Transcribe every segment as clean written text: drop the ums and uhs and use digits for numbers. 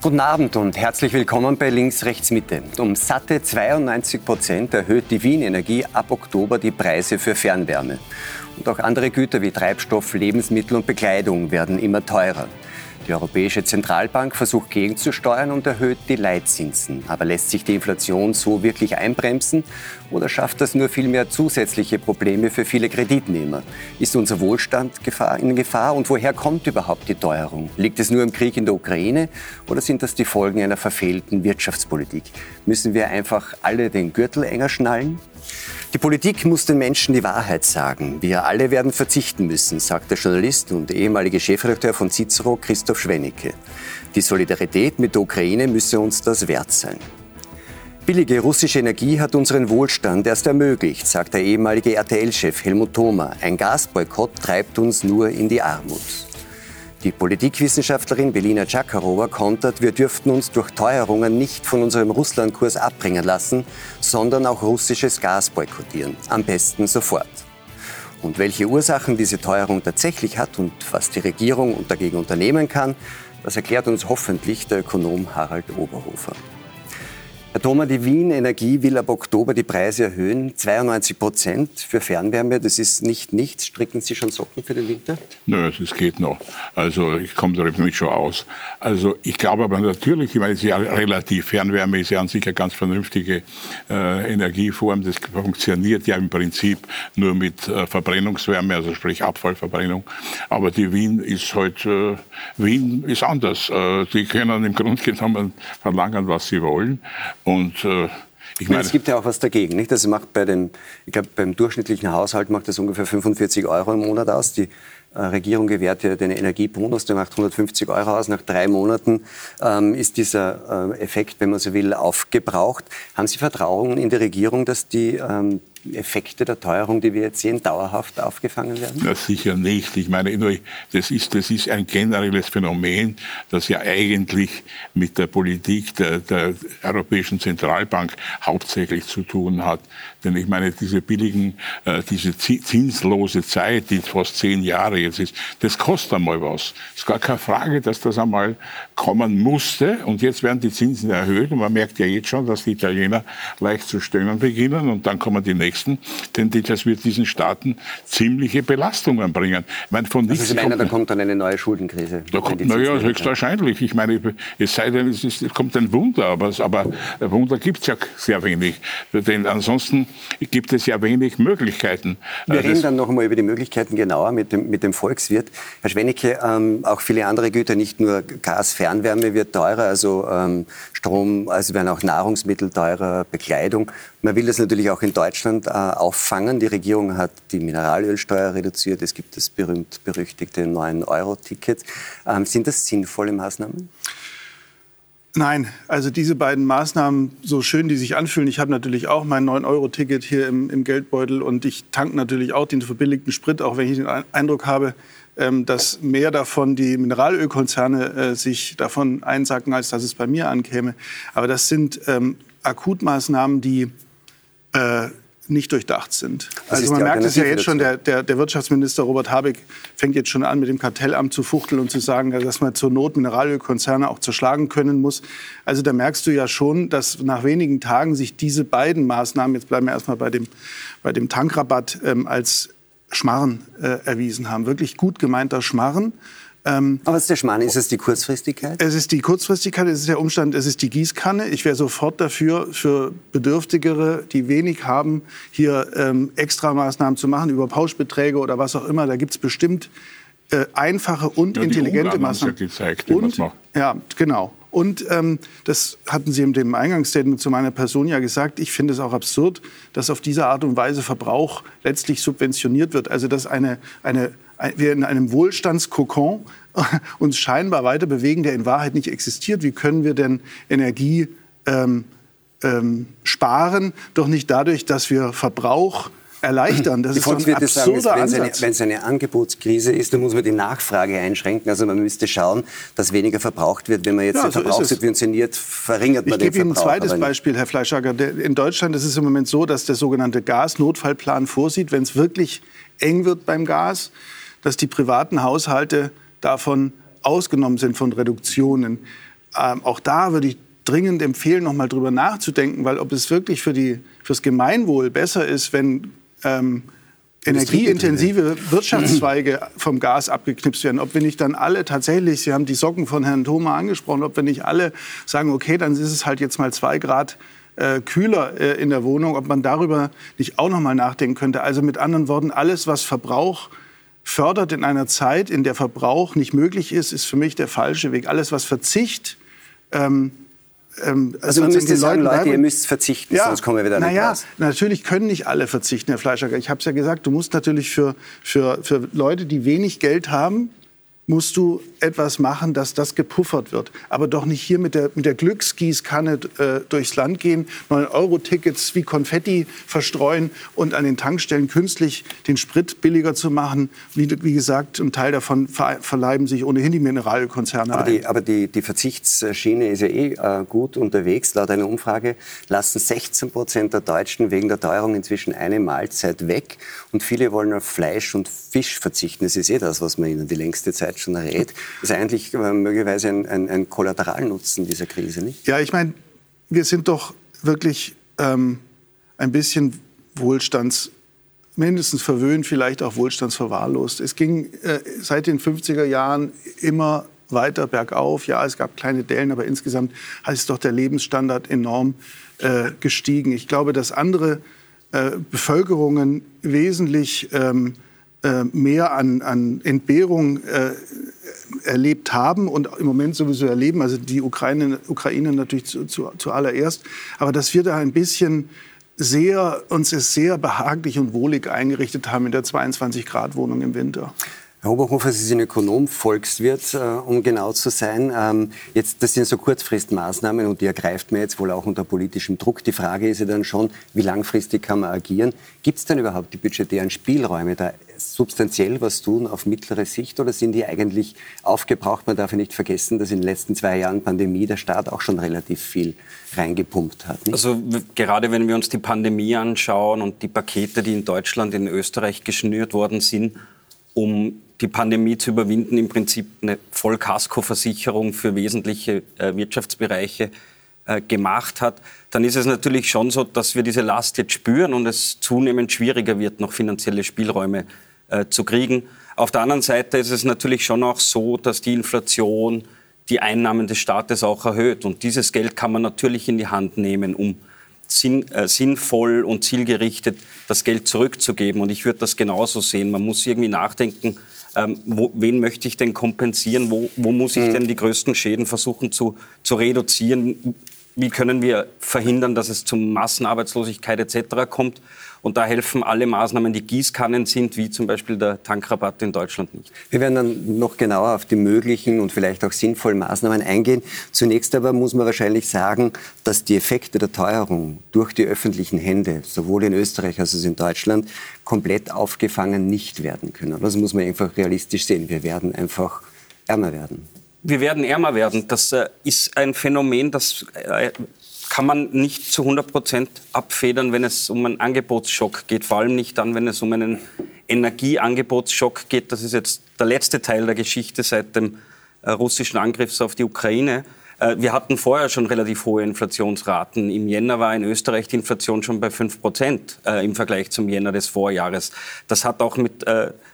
Guten Abend und herzlich willkommen bei Links, Rechts, Mitte. Um satte 92% erhöht die Wien Energie ab Oktober die Preise für Fernwärme. Und auch andere Güter wie Treibstoff, Lebensmittel und Bekleidung werden immer teurer. Die Europäische Zentralbank versucht gegenzusteuern und erhöht die Leitzinsen. Aber lässt sich die Inflation so wirklich einbremsen oder schafft das nur viel mehr zusätzliche Probleme für viele Kreditnehmer? Ist unser Wohlstand in Gefahr und woher kommt überhaupt die Teuerung? Liegt es nur im Krieg in der Ukraine oder sind das die Folgen einer verfehlten Wirtschaftspolitik? Müssen wir einfach alle den Gürtel enger schnallen? Die Politik muss den Menschen die Wahrheit sagen. Wir alle werden verzichten müssen, sagt der Journalist und ehemalige Chefredakteur von Cicero, Christoph Schwennecke. Die Solidarität mit der Ukraine müsse uns das wert sein. Billige russische Energie hat unseren Wohlstand erst ermöglicht, sagt der ehemalige RTL-Chef Helmut Thoma. Ein Gasboykott treibt uns nur in die Armut. Die Politikwissenschaftlerin Belina Djakarova kontert, wir dürften uns durch Teuerungen nicht von unserem Russlandkurs abbringen lassen, sondern auch russisches Gas boykottieren. Am besten sofort. Und welche Ursachen diese Teuerung tatsächlich hat und was die Regierung dagegen unternehmen kann, das erklärt uns hoffentlich der Ökonom Harald Oberhofer. Herr Thoma, die Wien Energie will ab Oktober die Preise erhöhen, 92% für Fernwärme, das ist nicht nichts. Stricken Sie schon Socken für den Winter? Nö, es geht noch. Also ich komme damit schon aus. Also ich glaube aber natürlich, ich meine, es ist ja relativ, Fernwärme ist ja an sich eine ganz vernünftige Energieform. Das funktioniert ja im Prinzip nur mit Verbrennungswärme, also sprich Abfallverbrennung. Aber die Wien ist halt, Wien ist anders. Die können im Grunde genommen verlangen, was sie wollen. Und ich meine, es gibt ja auch was dagegen, nicht? Das macht ich glaube, beim durchschnittlichen Haushalt macht das ungefähr 45 € im Monat aus. Die Regierung gewährt ja den Energiebonus, der macht 150 € aus. Nach 3 Monaten ist dieser Effekt, wenn man so will, aufgebraucht. Haben Sie Vertrauen in die Regierung, dass die Effekte der Teuerung, die wir jetzt sehen, dauerhaft aufgefangen werden? Na, sicher nicht. Ich meine, das ist ein generelles Phänomen, das ja eigentlich mit der Politik der Europäischen Zentralbank hauptsächlich zu tun hat. Denn ich meine, diese zinslose Zeit, die fast 10 Jahre jetzt ist, das kostet einmal was. Es ist gar keine Frage, dass das einmal kommen musste. Und jetzt werden die Zinsen erhöht. Und man merkt ja jetzt schon, dass die Italiener leicht zu stöhnen beginnen. Und dann kommen die nächsten. Denn das wird diesen Staaten ziemliche Belastungen bringen. Ich meine, von nichts da kommt dann eine neue Schuldenkrise. Naja, höchstwahrscheinlich. Ich meine, es sei denn, es kommt ein Wunder. Aber Wunder gibt es ja sehr wenig. Denn ansonsten gibt es ja wenig Möglichkeiten. Wir reden dann noch einmal über die Möglichkeiten genauer mit dem Volkswirt. Herr Schwennecke, auch viele andere Güter, nicht nur Gas, Fernwärme wird teurer, also Strom, also werden auch Nahrungsmittel teurer, Bekleidung. Man will das natürlich auch in Deutschland auffangen. Die Regierung hat die Mineralölsteuer reduziert. Es gibt das berühmt-berüchtigte 9-Euro-Ticket. Sind das sinnvolle Maßnahmen? Nein, also diese beiden Maßnahmen, so schön die sich anfühlen, ich habe natürlich auch mein 9-Euro-Ticket hier im Geldbeutel und ich tanke natürlich auch den verbilligten Sprit, auch wenn ich den Eindruck habe, dass mehr davon die Mineralölkonzerne sich davon einsacken, als dass es bei mir ankäme. Aber das sind Akutmaßnahmen, die nicht durchdacht sind. Also man merkt es ja jetzt schon, der Wirtschaftsminister Robert Habeck fängt jetzt schon an, mit dem Kartellamt zu fuchteln und zu sagen, dass man zur Not Mineralölkonzerne auch zerschlagen können muss. Also da merkst du ja schon, dass nach wenigen Tagen sich diese beiden Maßnahmen, jetzt bleiben wir erstmal bei dem Tankrabatt, als Schmarren erwiesen haben. Wirklich gut gemeinter Schmarren. Aber was ist der Schmarrn? Ist es die Kurzfristigkeit? Es ist die Kurzfristigkeit, es ist der Umstand, es ist die Gießkanne. Ich wäre sofort dafür, für Bedürftigere, die wenig haben, hier Extramaßnahmen zu machen, über Pauschbeträge oder was auch immer. Da gibt es bestimmt einfache und intelligente Maßnahmen. Ja gezeigt, und, ja, genau. Und das hatten Sie in dem Eingangsstatement zu meiner Person ja gesagt. Ich finde es auch absurd, dass auf diese Art und Weise Verbrauch letztlich subventioniert wird. Also dass wir in einem Wohlstandskokon uns scheinbar weiter bewegen, der in Wahrheit nicht existiert. Wie können wir denn Energie sparen? Doch nicht dadurch, dass wir Verbrauch erleichtern. Das ist doch ein absurder Ansatz. Wenn es eine Angebotskrise ist, dann muss man die Nachfrage einschränken. Also man müsste schauen, dass weniger verbraucht wird. Wenn man jetzt den Verbrauch subventioniert, verringert man den Verbrauch. Ich gebe Ihnen ein zweites Beispiel, Herr Fleischhacker. In Deutschland ist es im Moment so, dass der sogenannte Gasnotfallplan vorsieht, wenn es wirklich eng wird beim Gas, dass die privaten Haushalte davon ausgenommen sind, von Reduktionen. auch da würde ich dringend empfehlen, noch mal drüber nachzudenken, weil ob es wirklich fürs Gemeinwohl besser ist, wenn energieintensive Wirtschaftszweige vom Gas abgeknipst werden. Ob wir nicht dann alle tatsächlich, Sie haben die Socken von Herrn Thoma angesprochen, ob wir nicht alle sagen, okay, dann ist es halt jetzt mal 2 Grad kühler in der Wohnung, ob man darüber nicht auch noch mal nachdenken könnte. Also mit anderen Worten, alles, was Verbrauch fördert in einer Zeit, in der Verbrauch nicht möglich ist, ist für mich der falsche Weg. Alles, was Verzicht also man müsste sagen, Leute, ihr müsst verzichten, sonst kommen wir wieder nicht raus. Natürlich können nicht alle verzichten, Herr Fleischer. Ich habe es ja gesagt, du musst natürlich für Leute, die wenig Geld haben, musst du etwas machen, dass das gepuffert wird. Aber doch nicht hier mit der Glücksgießkanne durchs Land gehen, 9-Euro-Tickets wie Konfetti verstreuen und an den Tankstellen künstlich den Sprit billiger zu machen. Wie gesagt, ein Teil davon verleiben sich ohnehin die Mineralölkonzerne ein. Aber die Verzichtsschiene ist ja gut unterwegs. Laut einer Umfrage lassen 16% der Deutschen wegen der Teuerung inzwischen eine Mahlzeit weg. Und viele wollen auf Fleisch und Fisch verzichten. Das ist das, was man ihnen die längste Zeit schon rät. Das ist eigentlich möglicherweise ein Kollateralnutzen dieser Krise, nicht? Ja, ich meine, wir sind doch wirklich ein bisschen mindestens verwöhnt, vielleicht auch wohlstandsverwahrlost. Es ging seit den 50er Jahren immer weiter bergauf. Ja, es gab kleine Dellen, aber insgesamt ist doch der Lebensstandard enorm gestiegen. Ich glaube, dass andere Bevölkerungen wesentlich mehr an Entbehrung erlebt haben und im Moment sowieso erleben, also die Ukraine natürlich zuallererst, aber dass wir da ein bisschen uns es sehr behaglich und wohlig eingerichtet haben in der 22-Grad-Wohnung im Winter. Herr Oberhofer, Sie sind Ökonom, Volkswirt, um genau zu sein. Das sind so Kurzfristmaßnahmen und die ergreift man jetzt wohl auch unter politischem Druck. Die Frage ist ja dann schon, wie langfristig kann man agieren? Gibt es denn überhaupt die budgetären Spielräume, da substanziell was tun auf mittlere Sicht oder sind die eigentlich aufgebraucht? Man darf ja nicht vergessen, dass in den letzten 2 Jahren Pandemie der Staat auch schon relativ viel reingepumpt hat. Nicht? Also gerade wenn wir uns die Pandemie anschauen und die Pakete, die in Deutschland, in Österreich geschnürt worden sind, um die Pandemie zu überwinden, im Prinzip eine Vollkaskoversicherung für wesentliche Wirtschaftsbereiche gemacht hat, dann ist es natürlich schon so, dass wir diese Last jetzt spüren und es zunehmend schwieriger wird, noch finanzielle Spielräume zu kriegen. Auf der anderen Seite ist es natürlich schon auch so, dass die Inflation die Einnahmen des Staates auch erhöht. Und dieses Geld kann man natürlich in die Hand nehmen, um sinnvoll und zielgerichtet das Geld zurückzugeben. Und ich würde das genauso sehen. Man muss irgendwie nachdenken, wen möchte ich denn kompensieren? Wo muss ich denn die größten Schäden versuchen zu reduzieren? Wie können wir verhindern, dass es zu Massenarbeitslosigkeit etc. kommt? Und da helfen alle Maßnahmen, die Gießkannen sind, wie zum Beispiel der Tankrabatt in Deutschland nicht. Wir werden dann noch genauer auf die möglichen und vielleicht auch sinnvollen Maßnahmen eingehen. Zunächst aber muss man wahrscheinlich sagen, dass die Effekte der Teuerung durch die öffentlichen Hände, sowohl in Österreich als auch in Deutschland, komplett aufgefangen nicht werden können. Das muss man einfach realistisch sehen. Wir werden einfach ärmer werden. Wir werden ärmer werden. Das ist ein Phänomen, das kann man nicht zu 100% abfedern, wenn es um einen Angebotsschock geht. Vor allem nicht dann, wenn es um einen Energieangebotsschock geht. Das ist jetzt der letzte Teil der Geschichte seit dem russischen Angriffs auf die Ukraine. Wir hatten vorher schon relativ hohe Inflationsraten. Im Jänner war in Österreich die Inflation schon bei 5% im Vergleich zum Jänner des Vorjahres. Das hat auch mit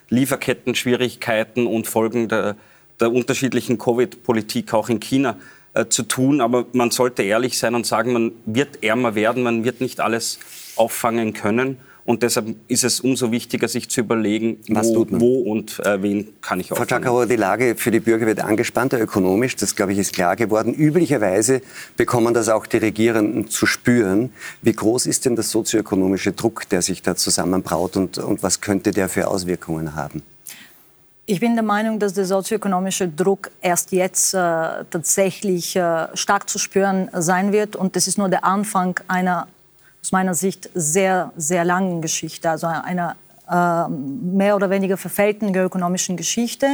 Lieferketten-Schwierigkeiten und Folgen der unterschiedlichen Covid-Politik auch in China zu tun. Aber man sollte ehrlich sein und sagen, man wird ärmer werden, man wird nicht alles auffangen können. Und deshalb ist es umso wichtiger, sich zu überlegen, wo und wen kann ich auffangen. Frau Czakauer, die Lage für die Bürger wird angespannter ökonomisch. Das, glaube ich, ist klar geworden. Üblicherweise bekommen das auch die Regierenden zu spüren. Wie groß ist denn der sozioökonomische Druck, der sich da zusammenbraut und was könnte der für Auswirkungen haben? Ich bin der Meinung, dass der sozioökonomische Druck erst jetzt tatsächlich stark zu spüren sein wird. Und das ist nur der Anfang einer, aus meiner Sicht, sehr, sehr langen Geschichte. Also einer mehr oder weniger verfehlten ökonomischen Geschichte,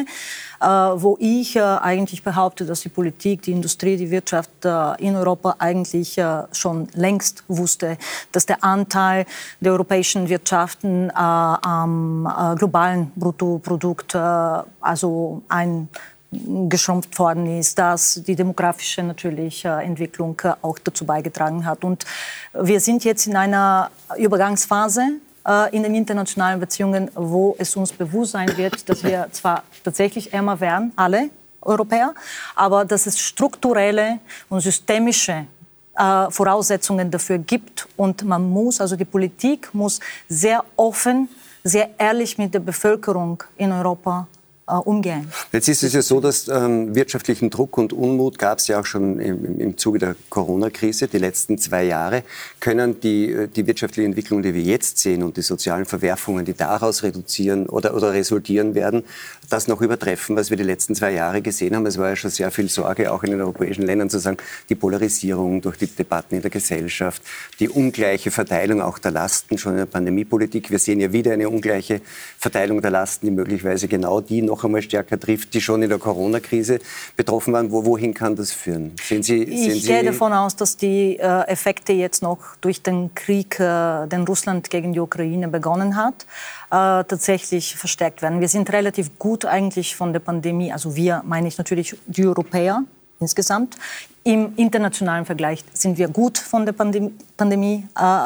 wo ich eigentlich behaupte, dass die Politik, die Industrie, die Wirtschaft in Europa eigentlich schon längst wusste, dass der Anteil der europäischen Wirtschaften am globalen Bruttoprodukt, also ein geschrumpft worden ist, dass die demografische natürlich Entwicklung auch dazu beigetragen hat. Und wir sind jetzt in einer Übergangsphase in den internationalen Beziehungen, wo es uns bewusst sein wird, dass wir zwar tatsächlich ärmer werden, alle Europäer, aber dass es strukturelle und systemische Voraussetzungen dafür gibt. Und man muss, also die Politik muss sehr offen, sehr ehrlich mit der Bevölkerung in Europa umgehen. Jetzt ist es ja so, dass wirtschaftlichen Druck und Unmut gab es ja auch schon im Zuge der Corona-Krise, die letzten 2 Jahre. Können die wirtschaftliche Entwicklung, die wir jetzt sehen und die sozialen Verwerfungen, die daraus reduzieren oder resultieren werden, das noch übertreffen, was wir die letzten 2 Jahre gesehen haben? Es war ja schon sehr viel Sorge, auch in den europäischen Ländern zu sagen, die Polarisierung durch die Debatten in der Gesellschaft, die ungleiche Verteilung auch der Lasten, schon in der Pandemiepolitik. Wir sehen ja wieder eine ungleiche Verteilung der Lasten, die möglicherweise genau die noch einmal stärker trifft, die schon in der Corona-Krise betroffen waren. Wohin kann das führen? Ich gehe davon aus, dass die Effekte jetzt noch durch den Krieg, den Russland gegen die Ukraine begonnen hat, tatsächlich verstärkt werden. Wir sind relativ gut eigentlich von der Pandemie, also wir, meine ich natürlich die Europäer insgesamt. Im internationalen Vergleich sind wir gut von der Pandemie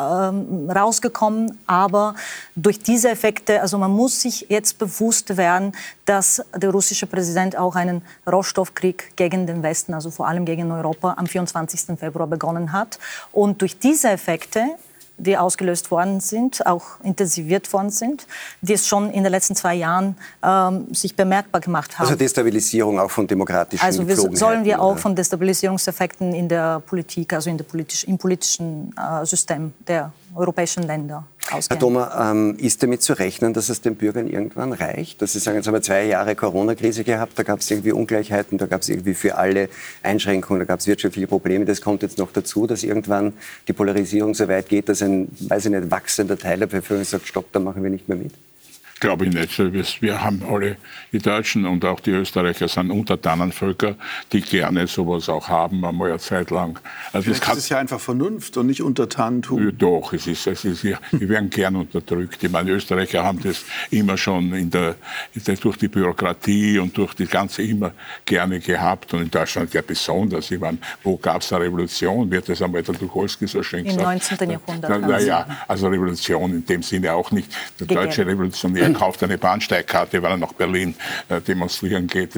rausgekommen, aber durch diese Effekte, also man muss sich jetzt bewusst werden, dass der russische Präsident auch einen Rohstoffkrieg gegen den Westen, also vor allem gegen Europa, am 24. Februar begonnen hat. Und durch diese Effekte, die ausgelöst worden sind, auch intensiviert worden sind, die es schon in den letzten 2 Jahren sich bemerkbar gemacht haben. Also Destabilisierung auch von demokratischen Gepflogenheiten. Also sollen wir auch von Destabilisierungseffekten in der Politik, also im politischen System der europäischen Länder ausgehen. Herr Thoma, ist damit zu rechnen, dass es den Bürgern irgendwann reicht? Dass Sie sagen, jetzt haben wir 2 Jahre Corona-Krise gehabt, da gab es irgendwie Ungleichheiten, da gab es irgendwie für alle Einschränkungen, da gab es wirtschaftliche Probleme. Das kommt jetzt noch dazu, dass irgendwann die Polarisierung so weit geht, dass ein, weiß ich nicht, wachsender Teil der Bevölkerung sagt, stopp, da machen wir nicht mehr mit. Glaube ich nicht. Wir haben alle, die Deutschen und auch die Österreicher sind Untertanenvölker, die gerne sowas auch haben, einmal eine Zeit lang. Also das ist ja einfach Vernunft und nicht Untertanentum. Doch, es ist wir werden gern unterdrückt. Ich meine, Österreicher haben das immer schon durch die Bürokratie und durch die ganze immer gerne gehabt. Und in Deutschland ja besonders. Ich meine, wo gab es eine Revolution? Wird das einmal der Tucholsky so schön gesagt? Im 19. Jahrhundert. Naja, also Revolution in dem Sinne auch nicht. Der deutsche Revolutionär kauft eine Bahnsteigkarte, weil er nach Berlin demonstrieren geht.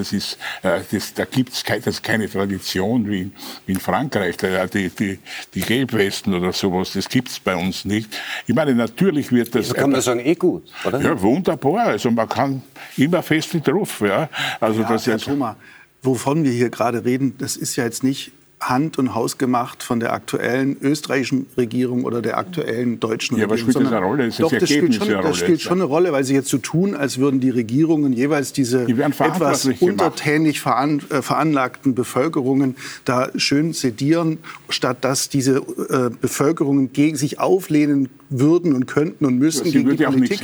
Da gibt es keine Tradition wie in Frankreich. Die Gelbwesten oder sowas, das gibt es bei uns nicht. Ich meine, natürlich wird das... Also kann man sagen, gut, oder? Ja, wunderbar. Also man kann immer festlich drauf. Ja. Also ja, Herr Thoma, wovon wir hier gerade reden, das ist ja jetzt nicht Hand- und Haus gemacht von der aktuellen österreichischen Regierung oder der aktuellen deutschen Regierung. Ja, aber spielt das eine Rolle? Das spielt schon eine Rolle, weil sie jetzt so tun, als würden die Regierungen jeweils diese etwas untertänig veranlagten Bevölkerungen da schön sedieren, statt dass diese Bevölkerungen gegen sich auflehnen würden und könnten und müssten gegen die Politik.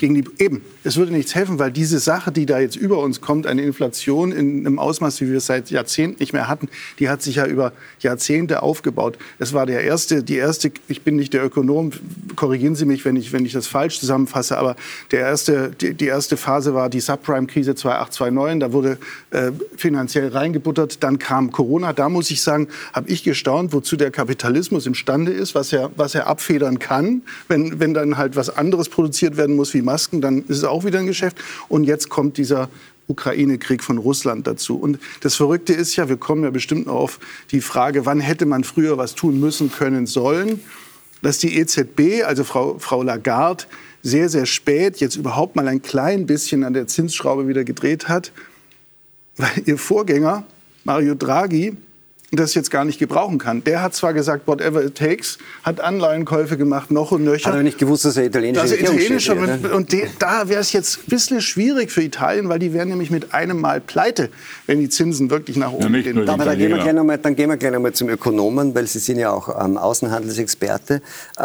Es würde nichts helfen, weil diese Sache, die da jetzt über uns kommt, eine Inflation in einem Ausmaß, wie wir es seit Jahrzehnten nicht mehr hatten, die hat sich ja über Jahrzehnte aufgebaut. Es war die erste, ich bin nicht der Ökonom, korrigieren Sie mich, wenn ich das falsch zusammenfasse, aber die erste Phase war die Subprime-Krise 2008, 2009, da wurde finanziell reingebuttert, dann kam Corona, da muss ich sagen, habe ich gestaunt, wozu der Kapitalismus imstande ist, was er abfedern kann, wenn dann halt was anderes produziert werden muss wie Masken, dann ist es auch wieder ein Geschäft und jetzt kommt dieser Ukraine-Krieg von Russland dazu. Und das Verrückte ist ja, wir kommen ja bestimmt noch auf die Frage, wann hätte man früher was tun müssen, können, sollen, dass die EZB, also Frau Lagarde, sehr, sehr spät jetzt überhaupt mal ein klein bisschen an der Zinsschraube wieder gedreht hat, weil ihr Vorgänger, Mario Draghi, das jetzt gar nicht gebrauchen kann. Der hat zwar gesagt, whatever it takes, hat Anleihenkäufe gemacht, noch und nöcher. Hat aber nicht gewusst, dass er italienischer Und da wäre es jetzt ein bisschen schwierig für Italien, weil die wären nämlich mit einem Mal pleite, wenn die Zinsen wirklich nach oben gehen. Aber dann gehen wir gleich noch mal zum Ökonomen, weil Sie sind ja auch Außenhandelsexperte.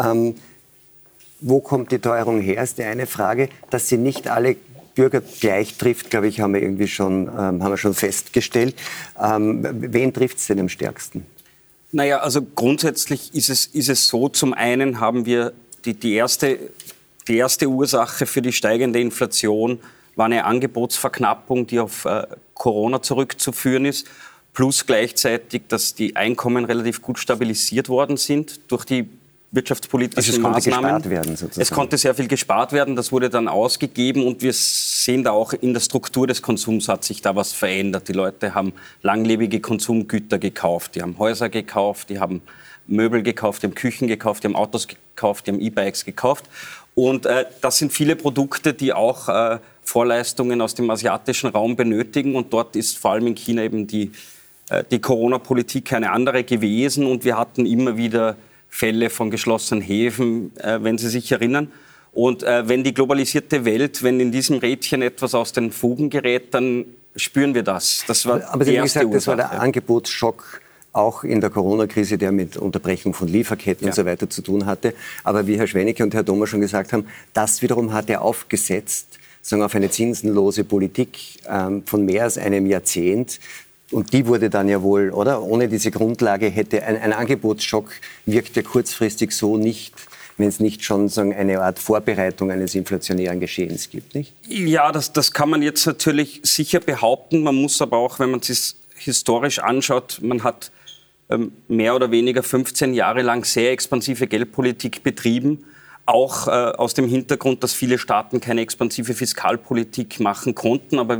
Wo kommt die Teuerung her, ist die eine Frage. Dass sie nicht alle Bürger gleich trifft, glaube ich, haben wir schon festgestellt. Wen trifft es denn am stärksten? Naja, also grundsätzlich ist es so, zum einen haben wir die erste Ursache für die steigende Inflation war eine Angebotsverknappung, die auf Corona zurückzuführen ist, plus gleichzeitig, dass die Einkommen relativ gut stabilisiert worden sind durch die wirtschaftspolitischen Maßnahmen. Gespart werden, sozusagen. Es konnte sehr viel gespart werden, das wurde dann ausgegeben und wir sehen da auch in der Struktur des Konsums hat sich da was verändert. Die Leute haben langlebige Konsumgüter gekauft, die haben Häuser gekauft, die haben Möbel gekauft, die haben Küchen gekauft, die haben Autos gekauft, die haben E-Bikes gekauft. Und das sind viele Produkte, die auch Vorleistungen aus dem asiatischen Raum benötigen und dort ist vor allem in China eben die Corona-Politik eine andere gewesen und wir hatten immer wieder Fälle von geschlossenen Häfen, wenn Sie sich erinnern. Und wenn die globalisierte Welt, wenn in diesem Rädchen etwas aus den Fugen gerät, dann spüren wir das. Das war aber Sie haben erste gesagt, das war Ursache. der Angebotsschock auch in der Corona-Krise, der mit Unterbrechung von Lieferketten und so weiter zu tun hatte. Aber wie Herr Schwennecke und Herr Thoma schon gesagt haben, das wiederum hat er aufgesetzt, sagen auf eine zinsenlose Politik von mehr als einem Jahrzehnt. Und die wurde dann ja wohl, oder? Ohne diese Grundlage hätte ein Angebotsschock wirkt ja kurzfristig so nicht, wenn es nicht schon sagen, eine Art Vorbereitung eines inflationären Geschehens gibt, nicht? Ja, das kann man jetzt natürlich sicher behaupten. Man muss aber auch, wenn man es historisch anschaut, man hat mehr oder weniger 15 Jahre lang sehr expansive Geldpolitik betrieben. Auch aus dem Hintergrund, dass viele Staaten keine expansive Fiskalpolitik machen konnten, aber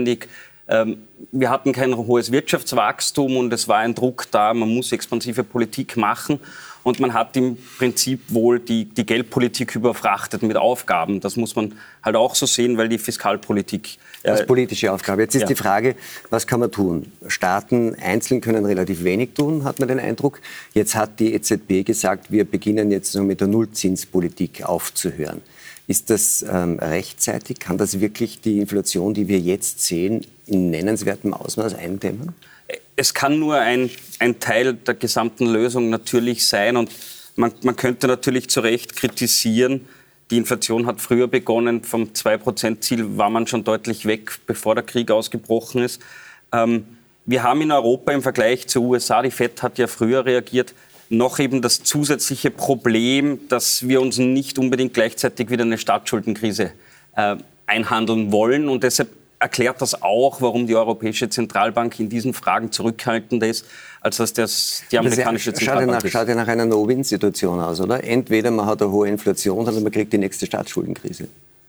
wir hatten kein hohes Wirtschaftswachstum und es war ein Druck da, man muss expansive Politik machen. Und man hat im Prinzip wohl die Geldpolitik überfrachtet mit Aufgaben. Das muss man halt auch so sehen, weil die Fiskalpolitik... Das ist politische Aufgabe. Jetzt ist die Frage, was kann man tun? Staaten einzeln können relativ wenig tun, hat man den Eindruck. Jetzt hat die EZB gesagt, wir beginnen jetzt mit der Nullzinspolitik aufzuhören. Ist das rechtzeitig? Kann das wirklich die Inflation, die wir jetzt sehen, in nennenswertem Ausmaß eindämmen? Es kann nur ein Teil der gesamten Lösung natürlich sein. Und man könnte natürlich zu Recht kritisieren, die Inflation hat früher begonnen. Vom 2%-Ziel war man schon deutlich weg, bevor der Krieg ausgebrochen ist. Wir haben in Europa im Vergleich zur USA, die FED hat ja früher reagiert, noch eben das zusätzliche Problem, dass wir uns nicht unbedingt gleichzeitig wieder eine Staatsschuldenkrise einhandeln wollen. Und deshalb erklärt das auch, warum die Europäische Zentralbank in diesen Fragen zurückhaltender ist, als das die amerikanische Zentralbank ist. Schaut ja nach einer No-Win-Situation aus, oder? Entweder man hat eine hohe Inflation oder man kriegt die nächste Staatsschuldenkrise.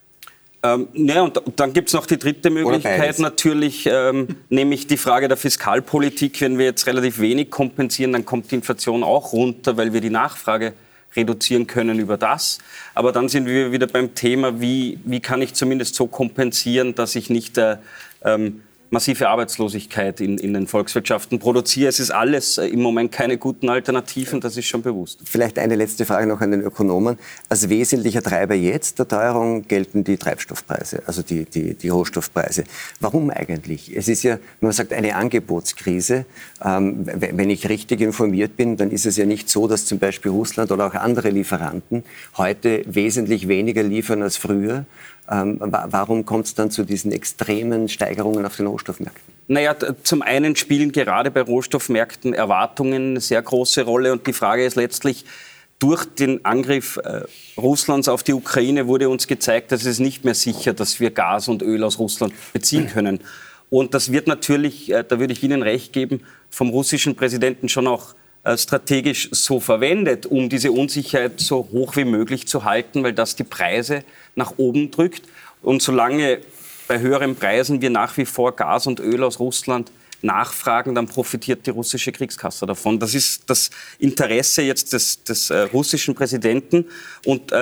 Und dann gibt es noch die dritte Möglichkeit natürlich, nämlich die Frage der Fiskalpolitik. Wenn wir jetzt relativ wenig kompensieren, dann kommt die Inflation auch runter, weil wir die Nachfrage reduzieren können über das. Aber dann sind wir wieder beim Thema, wie kann ich zumindest so kompensieren, dass ich nicht massive Arbeitslosigkeit in den Volkswirtschaften produziere. Es ist alles im Moment keine guten Alternativen, das ist schon bewusst. Vielleicht eine letzte Frage noch an den Ökonomen. Als wesentlicher Treiber jetzt der Teuerung gelten die Treibstoffpreise, also die Rohstoffpreise. Warum eigentlich? Es ist ja, man sagt, eine Angebotskrise. Wenn ich richtig informiert bin, dann ist es ja nicht so, dass zum Beispiel Russland oder auch andere Lieferanten heute wesentlich weniger liefern als früher. Warum kommt es dann zu diesen extremen Steigerungen auf den Rohstoffmärkten? Naja, zum einen spielen gerade bei Rohstoffmärkten Erwartungen eine sehr große Rolle. Und die Frage ist letztlich, durch den Angriff Russlands auf die Ukraine wurde uns gezeigt, dass es nicht mehr sicher, dass wir Gas und Öl aus Russland beziehen können. Und das wird natürlich, da würde ich Ihnen recht geben, vom russischen Präsidenten schon auch strategisch so verwendet, um diese Unsicherheit so hoch wie möglich zu halten, weil das die Preise nach oben drückt. Und solange bei höheren Preisen wir nach wie vor Gas und Öl aus Russland nachfragen, dann profitiert die russische Kriegskasse davon. Das ist das Interesse jetzt des russischen Präsidenten. Und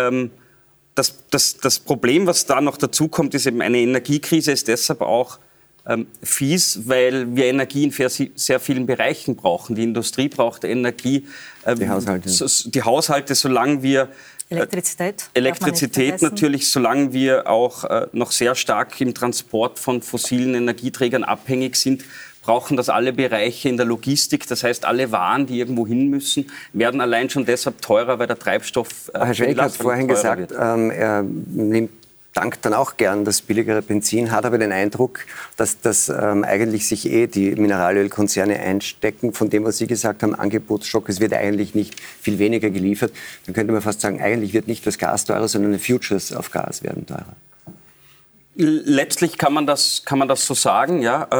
das Problem, was da noch dazu kommt, ist eben eine Energiekrise, ist deshalb auch fies, weil wir Energie in sehr vielen Bereichen brauchen. Die Industrie braucht Energie. Die Haushalte, solange wir Elektrizität natürlich, solange wir auch noch sehr stark im Transport von fossilen Energieträgern abhängig sind, brauchen das alle Bereiche in der Logistik. Das heißt, alle Waren, die irgendwo hin müssen, werden allein schon deshalb teurer, weil der Treibstoff Herr Schwennecke hat vorhin gesagt, er dankt dann auch gern das billigere Benzin, hat aber den Eindruck, dass eigentlich sich die Mineralölkonzerne einstecken, von dem, was Sie gesagt haben, Angebotsschock, es wird eigentlich nicht viel weniger geliefert. Dann könnte man fast sagen, eigentlich wird nicht das Gas teurer, sondern die Futures auf Gas werden teurer. Letztlich kann man das so sagen, ja.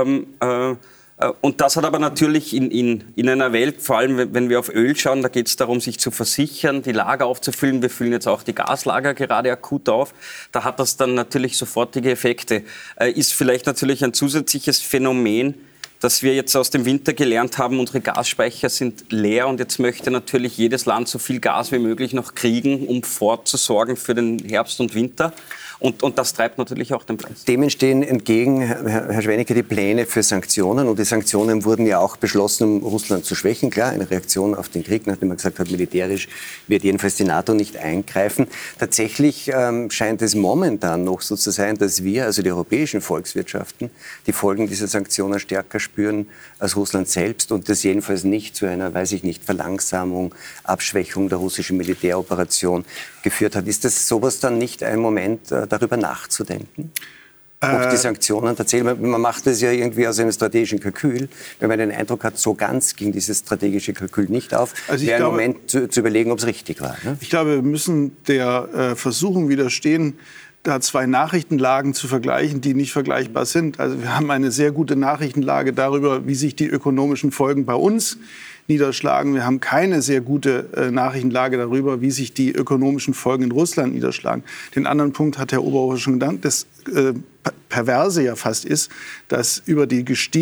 Und das hat aber natürlich in einer Welt, vor allem wenn wir auf Öl schauen, da geht es darum, sich zu versichern, die Lager aufzufüllen. Wir füllen jetzt auch die Gaslager gerade akut auf. Da hat das dann natürlich sofortige Effekte. Ist vielleicht natürlich ein zusätzliches Phänomen, dass wir jetzt aus dem Winter gelernt haben, unsere Gasspeicher sind leer und jetzt möchte natürlich jedes Land so viel Gas wie möglich noch kriegen, um vorzusorgen für den Herbst und Winter. Und das treibt natürlich auch den Preis. Dem entstehen entgegen, Herr Schweinecke, die Pläne für Sanktionen. Und die Sanktionen wurden ja auch beschlossen, um Russland zu schwächen. Klar, eine Reaktion auf den Krieg, nachdem man gesagt hat, militärisch wird jedenfalls die NATO nicht eingreifen. Tatsächlich scheint es momentan noch so zu sein, dass wir, also die europäischen Volkswirtschaften, die Folgen dieser Sanktionen stärker spüren als Russland selbst. Und das jedenfalls nicht zu einer, weiß ich nicht, Verlangsamung, Abschwächung der russischen Militäroperation geführt hat. Ist das sowas dann nicht ein Moment, darüber nachzudenken, ob die Sanktionen tatsächlich, man macht das ja irgendwie aus einem strategischen Kalkül, wenn man den Eindruck hat, so ganz ging dieses strategische Kalkül nicht auf, wäre ein Moment zu überlegen, ob es richtig war. Ne? Ich glaube, wir müssen der Versuchung widerstehen, da zwei Nachrichtenlagen zu vergleichen, die nicht vergleichbar sind. Also wir haben eine sehr gute Nachrichtenlage darüber, wie sich die ökonomischen Folgen bei uns niederschlagen. Wir haben keine sehr gute Nachrichtenlage darüber, wie sich die ökonomischen Folgen in Russland niederschlagen. Den anderen Punkt hat Herr Oberhofer schon genannt. Das Perverse ja fast ist, dass über die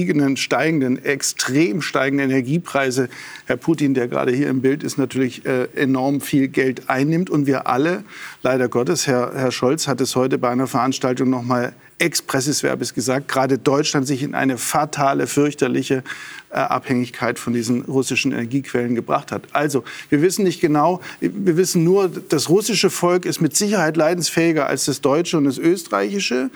extrem steigenden Energiepreise Herr Putin, der gerade hier im Bild ist, natürlich enorm viel Geld einnimmt. Und wir alle, leider Gottes, Herr Scholz hat es heute bei einer Veranstaltung noch mal expressis verbis gesagt, gerade Deutschland sich in eine fatale, fürchterliche Abhängigkeit von diesen russischen Energiequellen gebracht hat. Also, wir wissen nicht genau, wir wissen nur, das russische Volk ist mit Sicherheit leidensfähiger als das deutsche und das österreichische.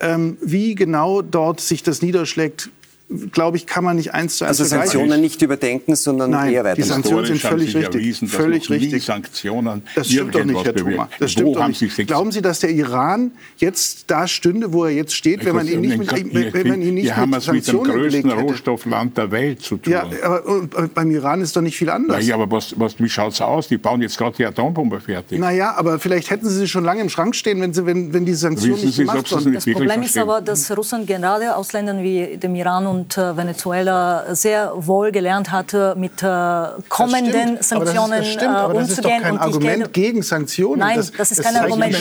Wie genau dort sich das niederschlägt, glaube ich, kann man nicht 1:1 vergleichen. Also Sanktionen nicht überdenken, sondern eher weiter. Die Sanktionen sind völlig richtig. Völlig richtig. Sanktionen das stimmt doch nicht, Herr Thoma. Das stimmt doch nicht. Glauben Sie, dass der Iran jetzt da stünde, wo er jetzt steht, wenn man ihn nicht mit Sanktionen belegt Wir haben es mit dem größten Rohstoffland der Welt zu tun. Ja, aber beim Iran ist doch nicht viel anders. Ja, aber wie schaut es aus? Die bauen jetzt gerade die Atombombe fertig. Naja, aber vielleicht hätten Sie sie schon lange im Schrank stehen, wenn die Sanktionen nicht gemacht wurden. Das Problem ist aber, dass Russland gerade aus Ländern wie dem Iran und Venezuela sehr wohl gelernt hatte, mit kommenden Sanktionen umzugehen. Aber das ist doch kein Argument gegen Sanktionen. Nein, das ist kein Argument.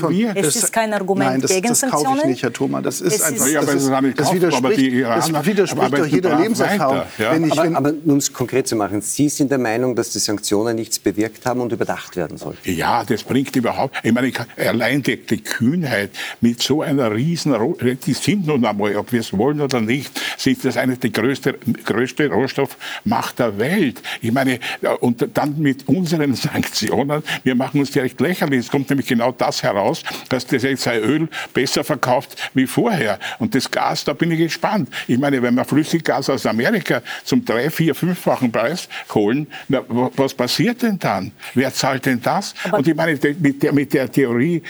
Es ist kein Argument gegen Sanktionen. Das kaufe ich nicht, Herr Thoma. Das ist einfach, das widerspricht doch jeder Lebenserfahrung. Ja. Aber um es konkret zu machen, Sie sind der Meinung, dass die Sanktionen nichts bewirkt haben und überdacht werden sollten? Ja, das bringt überhaupt... Ich meine, allein die Kühnheit mit so einer riesen... Die sind nun einmal, ob wir es wollen oder nicht, sind das eine die größte Rohstoffmacht der Welt. Ich meine, und dann mit unseren Sanktionen, wir machen uns direkt lächerlich. Es kommt nämlich genau das heraus, dass das jetzt ein Öl besser verkauft wie vorher. Und das Gas, da bin ich gespannt. Ich meine, wenn wir Flüssiggas aus Amerika zum 3-, 4-, 5-fachen Preis holen, na, was passiert denn dann? Wer zahlt denn das? Und ich meine, mit der Theorie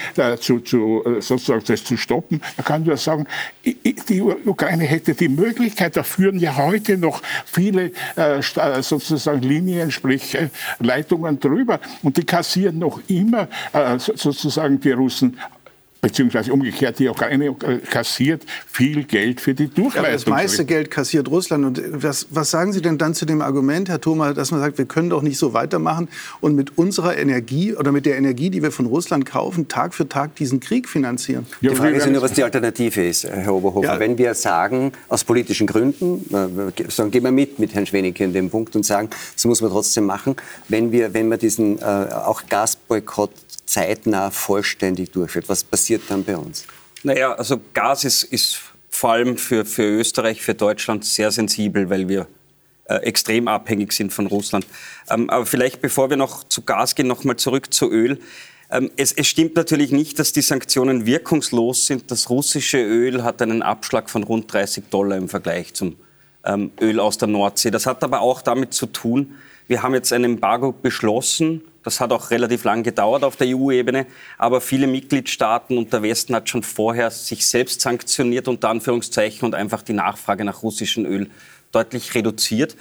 sozusagen das zu stoppen, da kann ich nur sagen, die Ukraine hätte die Möglichkeit, da führen ja heute noch viele sozusagen Linien, sprich Leitungen drüber. Und die kassieren noch immer sozusagen die Russen, beziehungsweise umgekehrt, die Ukraine kassiert viel Geld für die Durchleitung. Ja, das meiste Geld kassiert Russland. Und was sagen Sie denn dann zu dem Argument, Herr Thoma, dass man sagt, wir können doch nicht so weitermachen und mit unserer Energie oder mit der Energie, die wir von Russland kaufen, Tag für Tag diesen Krieg finanzieren? Die Frage ist ja nur, was die Alternative ist, Herr Oberhofer. Ja. Wenn wir sagen, aus politischen Gründen, gehen wir mit Herrn Schweinecke in dem Punkt und sagen, das muss man trotzdem machen, wenn wir diesen auch Gasboykott zeitnah vollständig durchführt. Was passiert dann bei uns? Naja, also Gas ist vor allem für Österreich, für Deutschland sehr sensibel, weil wir extrem abhängig sind von Russland. Aber vielleicht, bevor wir noch zu Gas gehen, noch mal zurück zu Öl. Es stimmt natürlich nicht, dass die Sanktionen wirkungslos sind. Das russische Öl hat einen Abschlag von rund $30 im Vergleich zum Öl aus der Nordsee. Das hat aber auch damit zu tun, wir haben jetzt ein Embargo beschlossen. Das hat auch relativ lang gedauert auf der EU-Ebene, aber viele Mitgliedstaaten und der Westen hat schon vorher sich selbst sanktioniert, unter Anführungszeichen, und einfach die Nachfrage nach russischem Öl deutlich reduziert.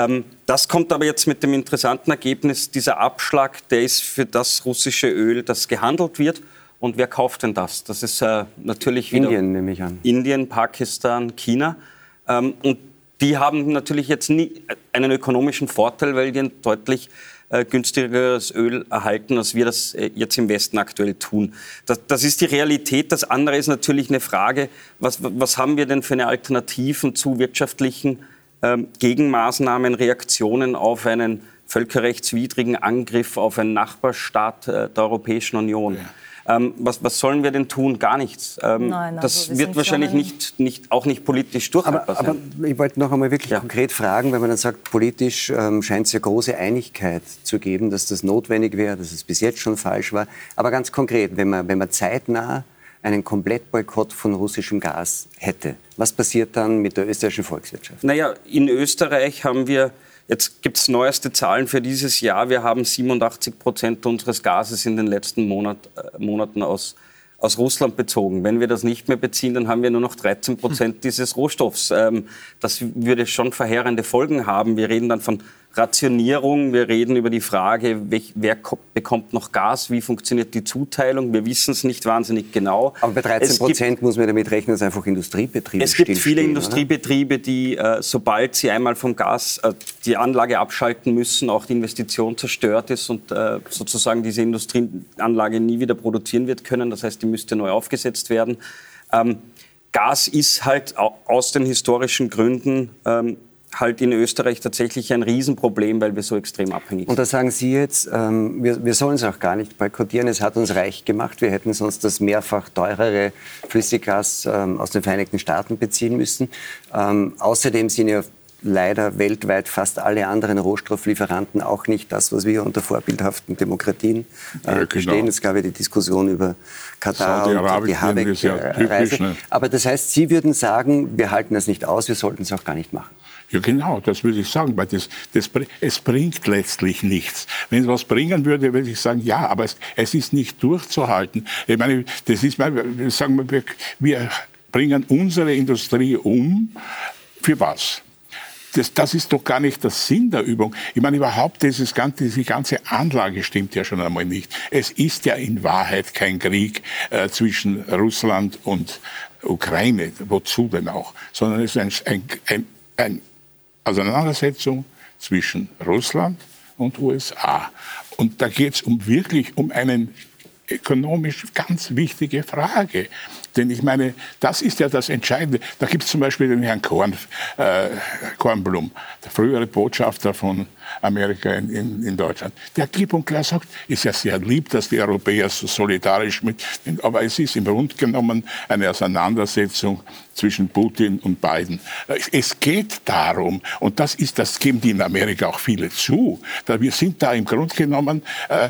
Das kommt aber jetzt mit dem interessanten Ergebnis, dieser Abschlag, der ist für das russische Öl, das gehandelt wird, Und wer kauft denn das? Das ist natürlich wieder Indien, nehme ich an. Indien, Pakistan, China. Und die haben natürlich jetzt nie einen ökonomischen Vorteil, weil die ein deutlich günstigeres Öl erhalten, als wir das jetzt im Westen aktuell tun. Das ist die Realität. Das andere ist natürlich eine Frage, was haben wir denn für eine Alternativen zu wirtschaftlichen Gegenmaßnahmen, Reaktionen auf einen völkerrechtswidrigen Angriff auf einen Nachbarstaat der Europäischen Union? Ja. Was sollen wir denn tun? Gar nichts. Nein, das wird wahrscheinlich auch nicht politisch durchhaltbar sein. Aber ich wollte noch einmal wirklich konkret fragen, wenn man dann sagt, politisch scheint es ja große Einigkeit zu geben, dass das notwendig wäre, dass es bis jetzt schon falsch war. Aber ganz konkret, wenn man zeitnah einen Komplettboykott von russischem Gas hätte, was passiert dann mit der österreichischen Volkswirtschaft? Naja, in Österreich haben wir, jetzt gibt es neueste Zahlen für dieses Jahr, wir haben 87% unseres Gases in den letzten Monaten aus Russland bezogen. Wenn wir das nicht mehr beziehen, dann haben wir nur noch 13% dieses Rohstoffs. Das würde schon verheerende Folgen haben. Wir reden dann von Rationierung, wir reden über die Frage, wer bekommt noch Gas, wie funktioniert die Zuteilung. Wir wissen es nicht wahnsinnig genau. Aber bei 13% muss man damit rechnen, dass einfach Industriebetriebe Es gibt viele Industriebetriebe, die, sobald sie einmal vom Gas die Anlage abschalten müssen, auch die Investition zerstört ist und sozusagen diese Industrieanlage nie wieder produzieren wird können. Das heißt, die müsste neu aufgesetzt werden. Gas ist halt aus den historischen Gründen halt in Österreich tatsächlich ein Riesenproblem, weil wir so extrem abhängig sind. Und da sagen Sie jetzt, wir sollen es auch gar nicht boykottieren, es hat uns reich gemacht, wir hätten sonst das mehrfach teurere Flüssiggas aus den Vereinigten Staaten beziehen müssen. Außerdem sind ja leider weltweit fast alle anderen Rohstofflieferanten auch nicht das, was wir unter vorbildhaften Demokratien verstehen. Es gab ja die Diskussion über Katar und die Habeck-Reise. Ne? Aber das heißt, Sie würden sagen, wir halten das nicht aus, wir sollten es auch gar nicht machen. Ja, genau, das würde ich sagen, weil es bringt letztlich nichts. Wenn es was bringen würde, würde ich sagen, ja, aber es ist nicht durchzuhalten. Ich meine, wir bringen unsere Industrie um. Für was? Das ist doch gar nicht der Sinn der Übung. Ich meine, überhaupt diese ganze Anlage stimmt ja schon einmal nicht. Es ist ja in Wahrheit kein Krieg zwischen Russland und Ukraine, wozu denn auch, sondern es ist eine Auseinandersetzung zwischen Russland und USA. Und da geht es wirklich um eine ökonomisch ganz wichtige Frage. Denn ich meine, das ist ja das Entscheidende. Da gibt es zum Beispiel den Herrn Kornblum, der frühere Botschafter von Amerika in Deutschland. Der klipp und klar sagt, ist ja sehr lieb, dass die Europäer so solidarisch sind, aber es ist im Grunde genommen eine Auseinandersetzung zwischen Putin und Biden. Es geht darum, und das geben die in Amerika auch viele zu, wir sind da im Grunde genommen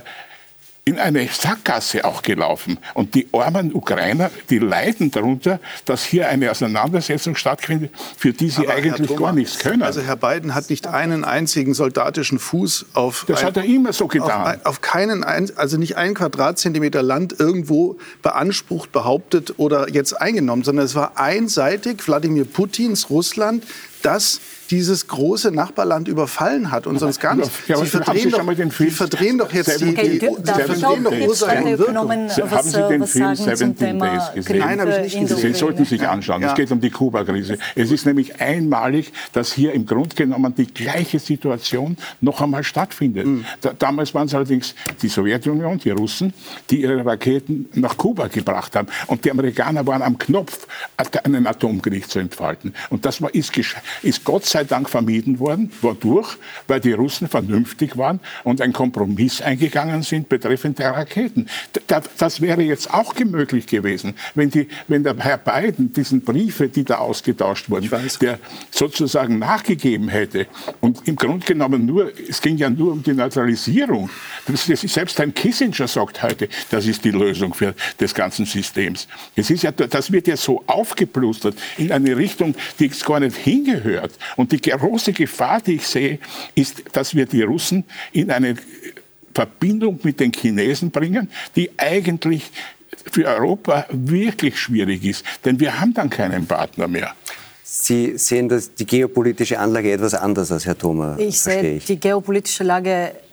in eine Sackgasse auch gelaufen. Und die armen Ukrainer, die leiden darunter, dass hier eine Auseinandersetzung stattfindet, für die sie eigentlich gar nichts können. Also Herr Biden hat nicht einen einzigen soldatischen Fuß auf... Das hat er immer so getan. Auf keinen, also nicht einen Quadratzentimeter Land irgendwo beansprucht, behauptet oder jetzt eingenommen, sondern es war einseitig Wladimir Putins Russland, das dieses große Nachbarland überfallen hat und sonst gar nichts. Ja, Sie verdrehen doch jetzt die Ursachen wirklich. Haben Sie den Film 17 Days gesehen? Nein, habe ich nicht gesehen. Sie sollten sich anschauen. Es geht um die Kuba-Krise. Es ist nämlich einmalig, dass hier im Grunde genommen die gleiche Situation noch einmal stattfindet. Damals waren es allerdings die Sowjetunion, die Russen, die ihre Raketen nach Kuba gebracht haben. Und die Amerikaner waren am Knopf, einen Atomkrieg zu entfalten. Und das ist Gott sei Dank vermieden worden. Wodurch? Weil die Russen vernünftig waren und einen Kompromiss eingegangen sind betreffend der Raketen. Das wäre jetzt auch möglich gewesen, wenn der Herr Biden diesen Briefe, die da ausgetauscht wurden, der sozusagen nachgegeben hätte und im Grunde genommen es ging ja nur um die Neutralisierung. Selbst ein Kissinger sagt heute, das ist die Lösung für des ganzen Systems. Das wird ja so aufgeplustert in eine Richtung, die es gar nicht hingehört. Und die große Gefahr, die ich sehe, ist, dass wir die Russen in eine Verbindung mit den Chinesen bringen, die eigentlich für Europa wirklich schwierig ist. Denn wir haben dann keinen Partner mehr. Sie sehen die geopolitische Anlage etwas anders als Herr Thoma. Ich sehe die geopolitische Lage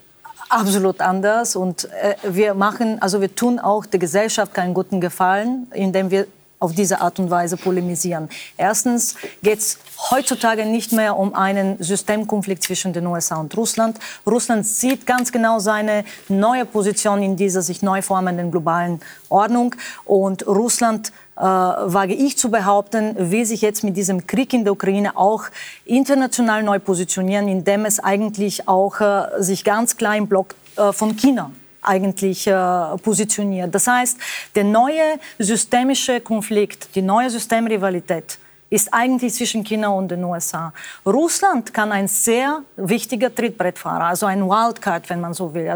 absolut anders. Und wir tun auch der Gesellschaft keinen guten Gefallen, indem wir auf diese Art und Weise polemisieren. Erstens geht es heutzutage nicht mehr um einen Systemkonflikt zwischen den USA und Russland. Russland sieht ganz genau seine neue Position in dieser sich neu formenden globalen Ordnung. Und Russland, wage ich zu behaupten, will sich jetzt mit diesem Krieg in der Ukraine auch international neu positionieren, indem es eigentlich auch sich ganz klar im Block von China eigentlich positioniert. Das heißt, der neue systemische Konflikt, die neue Systemrivalität ist eigentlich zwischen China und den USA. Russland kann ein sehr wichtiger Trittbrettfahrer, also ein Wildcard, wenn man so will,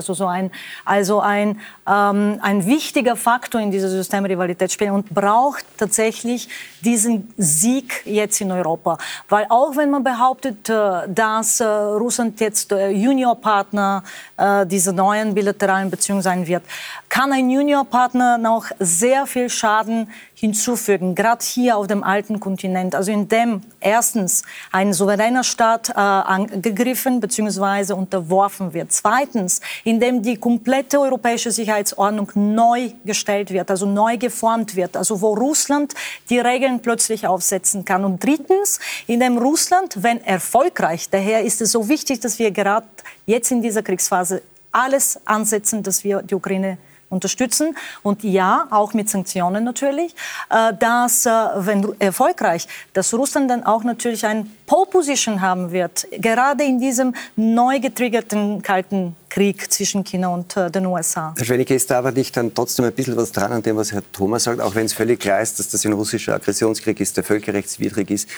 ein wichtiger Faktor in dieser Systemrivalität spielen und braucht tatsächlich diesen Sieg jetzt in Europa. Weil auch wenn man behauptet, dass Russland jetzt Juniorpartner dieser neuen bilateralen Beziehung sein wird, kann ein Juniorpartner noch sehr viel Schaden hinzufügen, gerade hier auf dem alten Kontinent. Also indem erstens ein souveräner Staat angegriffen bzw. unterworfen wird. Zweitens, indem die komplette europäische Sicherheitsordnung neu gestellt wird, also neu geformt wird, also wo Russland die Regeln plötzlich aufsetzen kann. Und drittens, indem Russland, wenn erfolgreich, daher ist es so wichtig, dass wir gerade jetzt in dieser Kriegsphase alles ansetzen, dass wir die Ukraine unterstützen und ja, auch mit Sanktionen natürlich, dass, wenn erfolgreich, dass Russland dann auch natürlich eine Pole-Position haben wird, gerade in diesem neu getriggerten Kalten Krieg zwischen China und den USA. Herr Schwennicke, ist da aber nicht dann trotzdem ein bisschen was dran an dem, was Herr Thomas sagt, auch wenn es völlig klar ist, dass das ein russischer Aggressionskrieg ist, der völkerrechtswidrig ist,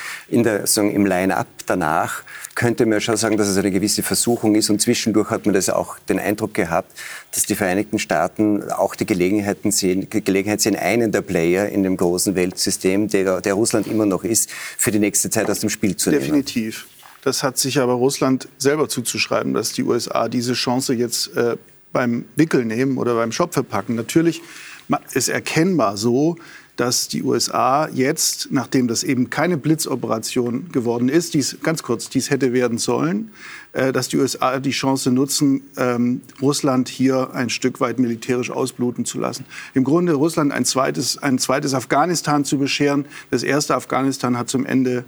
im Line-up danach könnte man schon sagen, dass es eine gewisse Versuchung ist und zwischendurch hat man das auch den Eindruck gehabt, dass die Vereinigten Staaten auch die Gelegenheit sehen, einen der Player in dem großen Weltsystem, der Russland immer noch ist, für die nächste Zeit aus dem Spiel zu nehmen. Definitiv. Das hat sich aber Russland selber zuzuschreiben, dass die USA diese Chance jetzt beim Wickel nehmen oder beim Schopfe packen. Natürlich ist erkennbar so, dass die USA jetzt, nachdem das eben keine Blitzoperation geworden ist, dies hätte werden sollen, dass die USA die Chance nutzen, Russland hier ein Stück weit militärisch ausbluten zu lassen. Im Grunde Russland ein zweites Afghanistan zu bescheren. Das erste Afghanistan hat zum Ende,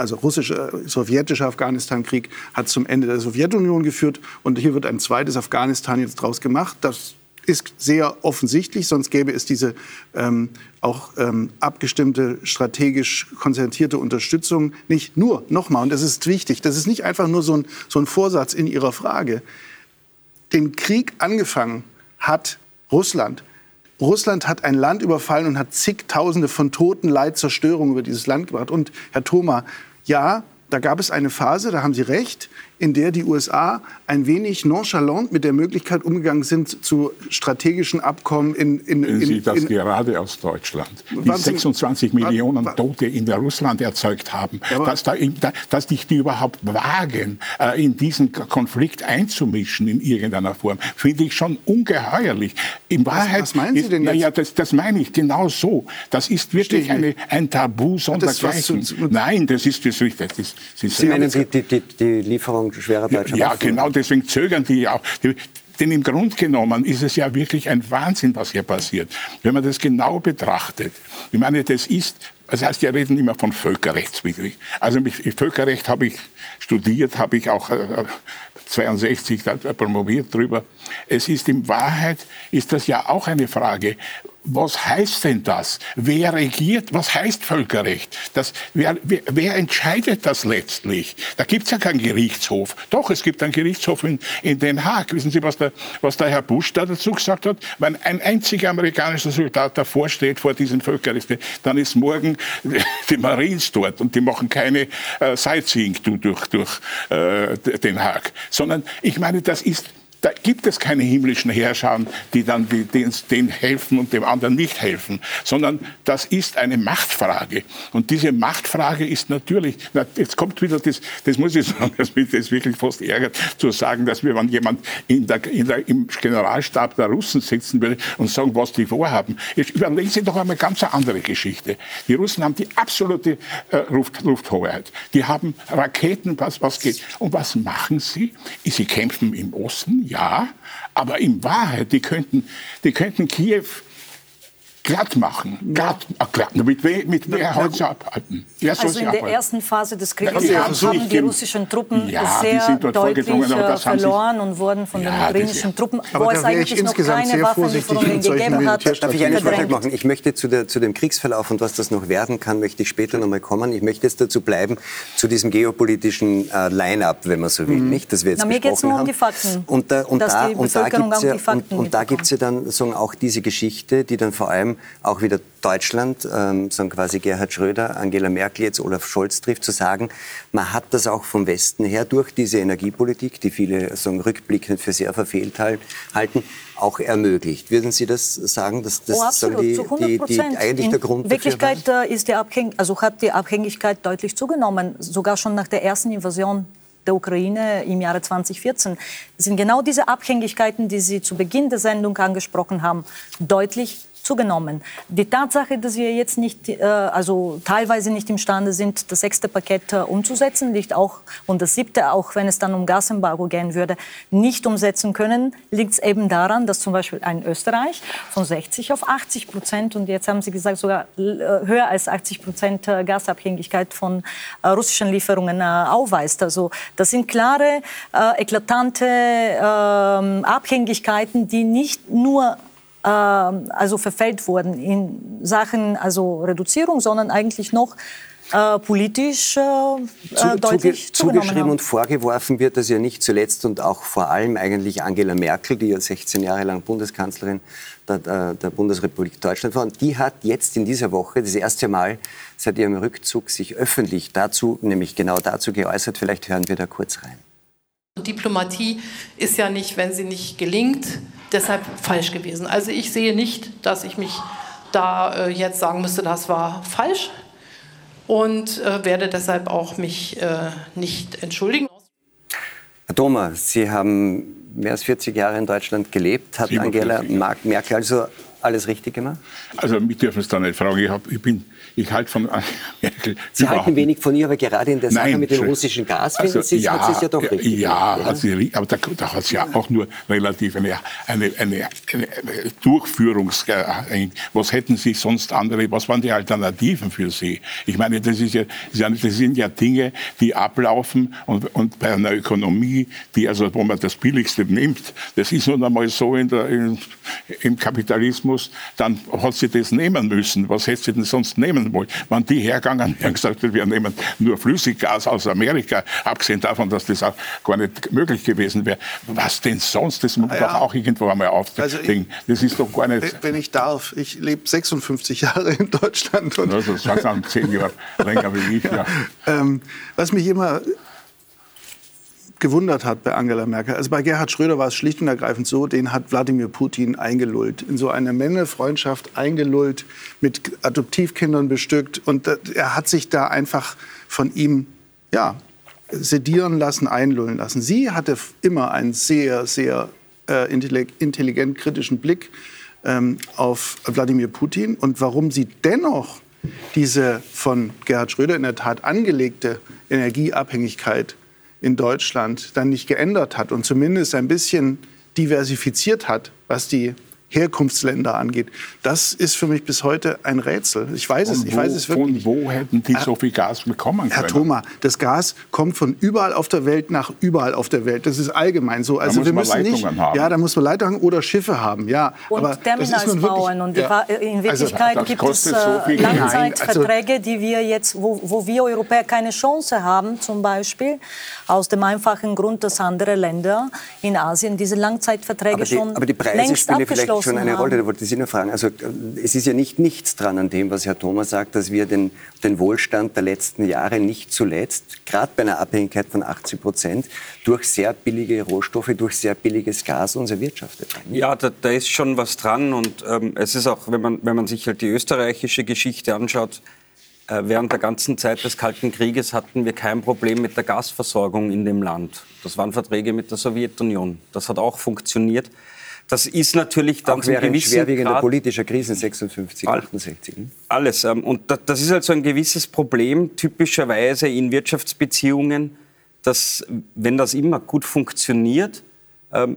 sowjetischer Afghanistan-Krieg hat zum Ende der Sowjetunion geführt. Und hier wird ein zweites Afghanistan jetzt draus gemacht. Das ist sehr offensichtlich, sonst gäbe es diese abgestimmte, strategisch konzertierte Unterstützung nicht. Nur, nochmal, und das ist wichtig, das ist nicht einfach nur so ein Vorsatz in Ihrer Frage. Den Krieg angefangen hat Russland. Russland hat ein Land überfallen und hat zigtausende von Toten, Leid, Zerstörung über dieses Land gebracht. Und Herr Thoma, ja, da gab es eine Phase, da haben Sie recht, in der die USA ein wenig nonchalant mit der Möglichkeit umgegangen sind zu strategischen Abkommen Wenn Sie das gerade aus Deutschland, die 26 Millionen Tote in Russland erzeugt haben, dass die überhaupt wagen, in diesen Konflikt einzumischen in irgendeiner Form, finde ich schon ungeheuerlich. In Wahrheit, was meinen Sie denn jetzt? Ja, das meine ich genau so. Das ist wirklich ein Tabu sondergleichen. Nein, das ist das Richtige. Sie meinen die Lieferung schwerer deutscher Waffen? Ja, genau, deswegen zögern die ja auch. Denn im Grunde genommen ist es ja wirklich ein Wahnsinn, was hier passiert. Wenn man das genau betrachtet. Ich meine, das heißt, wir reden immer von völkerrechtswidrig. Also Völkerrecht habe ich studiert, habe ich auch 62 promoviert drüber. Es ist in Wahrheit, ist das ja auch eine Frage. Was heißt denn das? Wer regiert? Was heißt Völkerrecht? Wer entscheidet das letztlich? Da gibt es ja keinen Gerichtshof. Doch, es gibt einen Gerichtshof in Den Haag. Wissen Sie, was der Herr Bush da dazu gesagt hat? Wenn ein einziger amerikanischer Soldat davor steht, vor diesem Völkerrecht, dann ist morgen die Marines dort und die machen keine Sightseeing durch Den Haag. Sondern, ich meine, da gibt es keine himmlischen Herrscher, die dann denen helfen und dem anderen nicht helfen, sondern das ist eine Machtfrage. Und diese Machtfrage ist natürlich, jetzt kommt wieder das muss ich sagen, das mich das wirklich fast ärgert, zu sagen, dass wenn jemand im Generalstab der Russen sitzen würde und sagen, was die vorhaben. Jetzt überlegen Sie doch einmal ganz eine andere Geschichte. Die Russen haben die absolute Lufthoheit. Die haben Raketen, was geht. Und was machen sie? Sie kämpfen im Osten, Ja, aber in Wahrheit, die könnten Kiew glatt machen. Glatt, mit wer Holz abhalten? Also in der ersten Phase des Krieges haben die russischen Truppen sehr deutlich verloren und wurden von den ukrainischen Truppen, wo es eigentlich noch keine Waffenlieferungen gegeben hat. Darf ich einen Vorschlag machen? Ich möchte zu dem Kriegsverlauf und was das noch werden kann, möchte ich später noch mal kommen. Ich möchte jetzt dazu bleiben, zu diesem geopolitischen Line-up, wenn man so will, nicht? Das wir jetzt mir geht es nur um die Fakten. Und da gibt es ja dann sagen, auch diese Geschichte, die dann vor allem auch wieder Deutschland, sagen quasi Gerhard Schröder, Angela Merkel, jetzt Olaf Scholz trifft, zu sagen, man hat das auch vom Westen her durch diese Energiepolitik, die viele sagen, rückblickend für sehr verfehlt halten, auch ermöglicht. Würden Sie das sagen, dass das absolut, zu 100%. Eigentlich der Grund dafür war? In Wirklichkeit hat die Abhängigkeit deutlich zugenommen, sogar schon nach der ersten Invasion der Ukraine im Jahre 2014, sind genau diese Abhängigkeiten, die Sie zu Beginn der Sendung angesprochen haben, deutlich zugenommen. Die Tatsache, dass wir jetzt teilweise nicht imstande sind, das 6. Paket umzusetzen, liegt auch, und das 7., auch wenn es dann um Gasembargo gehen würde, nicht umsetzen können, liegt es eben daran, dass zum Beispiel ein Österreich von 60 auf 80%, und jetzt haben Sie gesagt, sogar höher als 80% Gasabhängigkeit von russischen Lieferungen aufweist. Also das sind klare, eklatante Abhängigkeiten, die nicht nur verfällt wurden in Sachen Reduzierung, sondern eigentlich noch politisch deutlich zugeschrieben und vorgeworfen wird, dass ja nicht zuletzt und auch vor allem eigentlich Angela Merkel, die ja 16 Jahre lang Bundeskanzlerin der Bundesrepublik Deutschland war, und die hat jetzt in dieser Woche das erste Mal seit ihrem Rückzug sich öffentlich nämlich genau dazu geäußert. Vielleicht hören wir da kurz rein. Diplomatie ist ja nicht, wenn sie nicht gelingt, deshalb falsch gewesen. Also ich sehe nicht, dass ich mich da jetzt sagen müsste, das war falsch, und werde deshalb auch mich nicht entschuldigen. Herr Thoma, Sie haben mehr als 40 Jahre in Deutschland gelebt. Hat Angela Merkel also alles richtig gemacht? Also mich dürfen Sie da nicht fragen. Ich halte von Merkel. Sie halten wenig von ihr, aber gerade in der Sache mit dem russischen Gas, finden Sie, hat sie es ja doch richtig gemacht. Hat sie, aber da hat sie ja auch nur relativ eine Durchführungs... Was hätten Sie sonst andere, was waren die Alternativen für Sie? Ich meine, das sind ja Dinge, die ablaufen, und bei einer Ökonomie, wo man das Billigste nimmt, das ist nun einmal so im Kapitalismus, dann hat sie das nehmen müssen. Was hätte sie denn sonst nehmen wollen? Wenn die hergegangen und gesagt hätten, wir nehmen nur Flüssiggas aus Amerika, abgesehen davon, dass das auch gar nicht möglich gewesen wäre. Was denn sonst? Das muss man doch auch irgendwo einmal aufdenken. Das ist doch gar nicht... Wenn ich darf, ich lebe 56 Jahre in Deutschland. Und also das sagt dann 10 Jahre länger wie ich. Ja. Was mich immer gewundert hat bei Angela Merkel. Also bei Gerhard Schröder war es schlicht und ergreifend so, den hat Wladimir Putin eingelullt, in so eine Männefreundschaft eingelullt, mit Adoptivkindern bestückt, und er hat sich da einfach von ihm sedieren lassen, einlullen lassen. Sie hatte immer einen sehr, sehr intelligent kritischen Blick auf Wladimir Putin, und warum sie dennoch diese von Gerhard Schröder in der Tat angelegte Energieabhängigkeit in Deutschland dann nicht geändert hat und zumindest ein bisschen diversifiziert hat, was die Herkunftsländer angeht. Das ist für mich bis heute ein Rätsel. Ich weiß es wirklich. Von wo hätten die so viel Gas bekommen können? Herr Thoma, das Gas kommt von überall auf der Welt nach überall auf der Welt. Das ist allgemein so. Also da muss man Leitungen haben. Ja, da muss man Leitungen oder Schiffe haben. Ja, und aber Terminals bauen. Und in Wirklichkeit gibt es Langzeitverträge, die wir jetzt, wo wir Europäer keine Chance haben, zum Beispiel aus dem einfachen Grund, dass andere Länder in Asien diese Langzeitverträge aber die Preise längst spielen abgeschlossen schon eine Rolle, da wollte ich Sie noch fragen. Also es ist ja nicht nichts dran an dem, was Herr Thoma sagt, dass wir den Wohlstand der letzten Jahre nicht zuletzt, gerade bei einer Abhängigkeit von 80%, durch sehr billige Rohstoffe, durch sehr billiges Gas uns erwirtschaftet haben. Ja, da ist schon was dran, und es ist auch, wenn man sich halt die österreichische Geschichte anschaut, während der ganzen Zeit des Kalten Krieges hatten wir kein Problem mit der Gasversorgung in dem Land. Das waren Verträge mit der Sowjetunion. Das hat auch funktioniert. Das ist natürlich dann auch während ein schwerwiegender politischer Krisen 56, 68. Alles. Und das ist halt so ein gewisses Problem, typischerweise in Wirtschaftsbeziehungen, dass, wenn das immer gut funktioniert,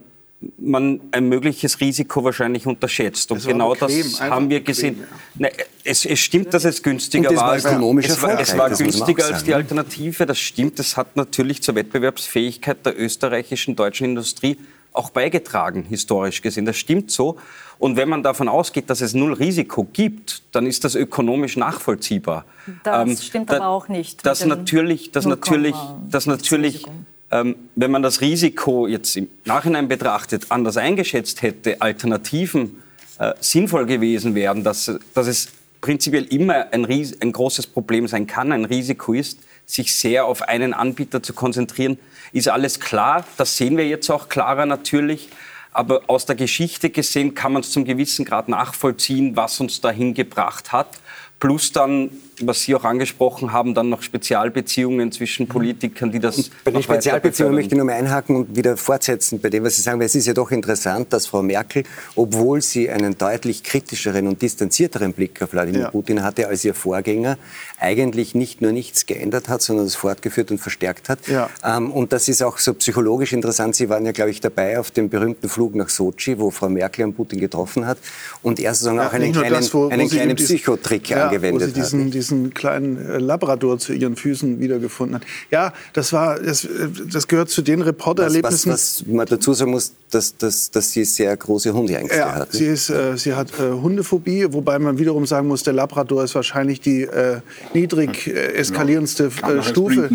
man ein mögliches Risiko wahrscheinlich unterschätzt. Und genau das haben wir gesehen. Nein, es stimmt, dass es günstiger war. Es war günstiger als die Alternative. Das stimmt. Das hat natürlich zur Wettbewerbsfähigkeit der österreichischen deutschen Industrie auch beigetragen, historisch gesehen. Das stimmt so. Und wenn man davon ausgeht, dass es null Risiko gibt, dann ist das ökonomisch nachvollziehbar. Das stimmt aber auch nicht. Das natürlich, wenn man das Risiko jetzt im Nachhinein betrachtet, anders eingeschätzt hätte, Alternativen sinnvoll gewesen wären, dass es prinzipiell immer ein großes Problem sein kann, ein Risiko ist, sich sehr auf einen Anbieter zu konzentrieren, ist alles klar. Das sehen wir jetzt auch klarer natürlich. Aber aus der Geschichte gesehen kann man es zum gewissen Grad nachvollziehen, was uns dahin gebracht hat. Plus dann, was Sie auch angesprochen haben, dann noch Spezialbeziehungen zwischen Politikern, die das... Bei den Spezialbeziehungen möchte ich nur mal einhaken und wieder fortsetzen bei dem, was Sie sagen, weil es ist ja doch interessant, dass Frau Merkel, obwohl sie einen deutlich kritischeren und distanzierteren Blick auf Wladimir Putin hatte als ihr Vorgänger, eigentlich nicht nur nichts geändert hat, sondern es fortgeführt und verstärkt hat. Ja. Und das ist auch so psychologisch interessant. Sie waren ja, glaube ich, dabei auf dem berühmten Flug nach Sochi, wo Frau Merkel an Putin getroffen hat und er sozusagen auch einen kleinen Psychotrick angewendet hat. Wo sie diesen kleinen Labrador zu ihren Füßen wiedergefunden hat. Ja, das gehört zu den Reportererlebnissen. Was man dazu sagen muss, dass sie sehr große Hundeängste hat. Sie hat Hundephobie, wobei man wiederum sagen muss, der Labrador ist wahrscheinlich die niedrig eskalierendste Stufe.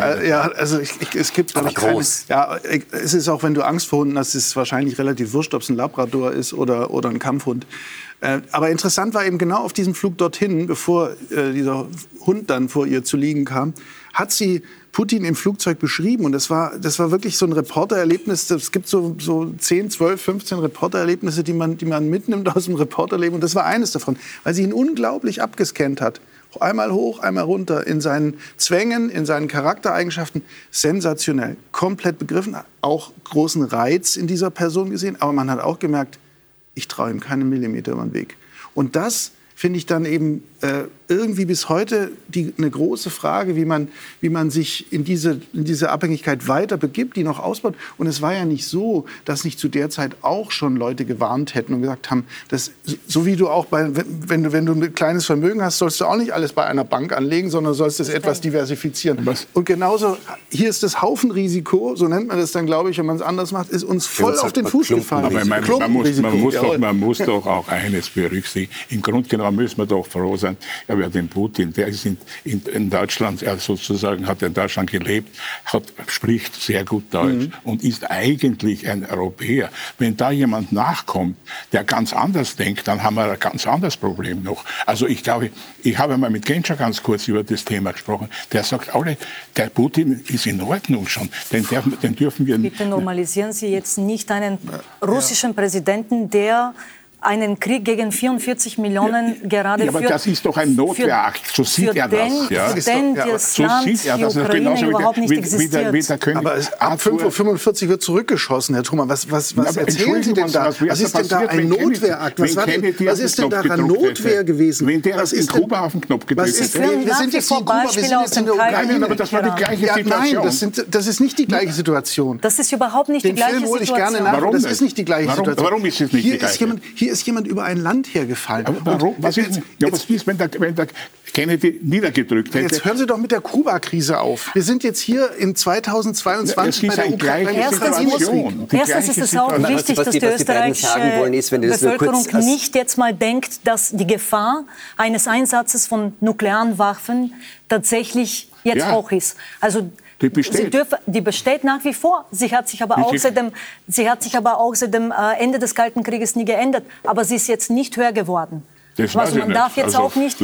Also es gibt groß. Es ist auch, wenn du Angst vor Hunden hast, ist es wahrscheinlich relativ wurscht, ob es ein Labrador ist oder ein Kampfhund. Aber interessant war eben genau auf diesem Flug dorthin, bevor dieser Hund dann vor ihr zu liegen kam, hat sie Putin im Flugzeug beschrieben. Und das war wirklich so ein Reportererlebnis. Es gibt so 10, 12, 15 Reportererlebnisse, die man mitnimmt aus dem Reporterleben. Und das war eines davon, weil sie ihn unglaublich abgescannt hat. Einmal hoch, einmal runter, in seinen Zwängen, in seinen Charaktereigenschaften. Sensationell, komplett begriffen, auch großen Reiz in dieser Person gesehen. Aber man hat auch gemerkt, ich traue ihm keinen Millimeter über den Weg. Und das finde ich dann eben irgendwie bis heute eine große Frage, wie man sich in diese Abhängigkeit weiter begibt, die noch ausbaut. Und es war ja nicht so, dass nicht zu der Zeit auch schon Leute gewarnt hätten und gesagt haben, dass, so wie du auch wenn du ein kleines Vermögen hast, sollst du auch nicht alles bei einer Bank anlegen, sondern sollst es etwas diversifizieren. Und genauso, hier ist das Haufenrisiko, so nennt man das dann, glaube ich, wenn man es anders macht, ist uns voll auf den Fuß gefallen. Aber man muss doch auch eines berücksichtigen. Im Grunde genommen müssen wir doch froh sein, über den Putin, der ist in Deutschland, er sozusagen hat in Deutschland gelebt, spricht sehr gut Deutsch und ist eigentlich ein Europäer. Wenn da jemand nachkommt, der ganz anders denkt, dann haben wir ein ganz anderes Problem noch. Also ich glaube, ich habe mal mit Genscher ganz kurz über das Thema gesprochen, der sagt, der Putin ist in Ordnung schon, den dürfen wir... Bitte normalisieren Sie jetzt nicht einen russischen Präsidenten, der einen Krieg gegen 44 Millionen gerade führt. Aber das ist doch ein Notwehrakt, so sieht er das. Das Land, die Ukraine überhaupt nicht existiert. Aber ab 5:45 Uhr wird zurückgeschossen, Herr Truman. Was erzählen Sie denn da? Was ist denn da ein Notwehrakt? Was ist denn daran Notwehr gewesen? Wenn der in Kuba auf den Knopf gedrückt hätte. Wir sind jetzt in Kuba, wir sind jetzt in der Ukraine. Aber das war die gleiche Situation. Nein, das ist nicht die gleiche Situation. Das ist überhaupt nicht die gleiche Situation. Den Film hole ich gerne nach. Das ist nicht die gleiche Situation. Warum ist es nicht die gleiche? Hier ist jemand über ein Land hergefallen. Aber warum? Was ist, wenn der Kennedy niedergedrückt hätte? Jetzt hören Sie doch mit der Kuba-Krise auf. Wir sind jetzt hier in 2022 bei der Ukraine. Erstens ist es auch wichtig, dass die österreichische Bevölkerung nicht jetzt mal denkt, dass die Gefahr eines Einsatzes von nuklearen Waffen tatsächlich jetzt auch ist. Also die besteht nach wie vor. Sie hat sich aber auch seit dem Ende des Kalten Krieges nie geändert. Aber sie ist jetzt nicht höher geworden. Also man darf jetzt auch nicht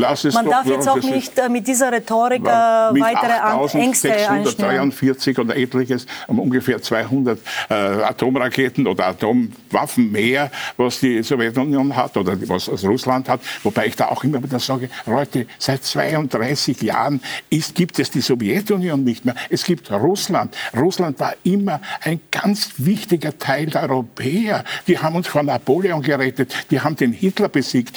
mit dieser Rhetorik weitere Ängste einschnüren. 643 oder etliches, ungefähr 200 Atomraketen oder Atomwaffen mehr, was die Sowjetunion hat oder was Russland hat. Wobei ich da auch immer wieder sage, Leute, seit 32 Jahren gibt es die Sowjetunion nicht mehr. Es gibt Russland. Russland war immer ein ganz wichtiger Teil der Europäer. Die haben uns vor Napoleon gerettet. Die haben den Hitler besiegt. Niemand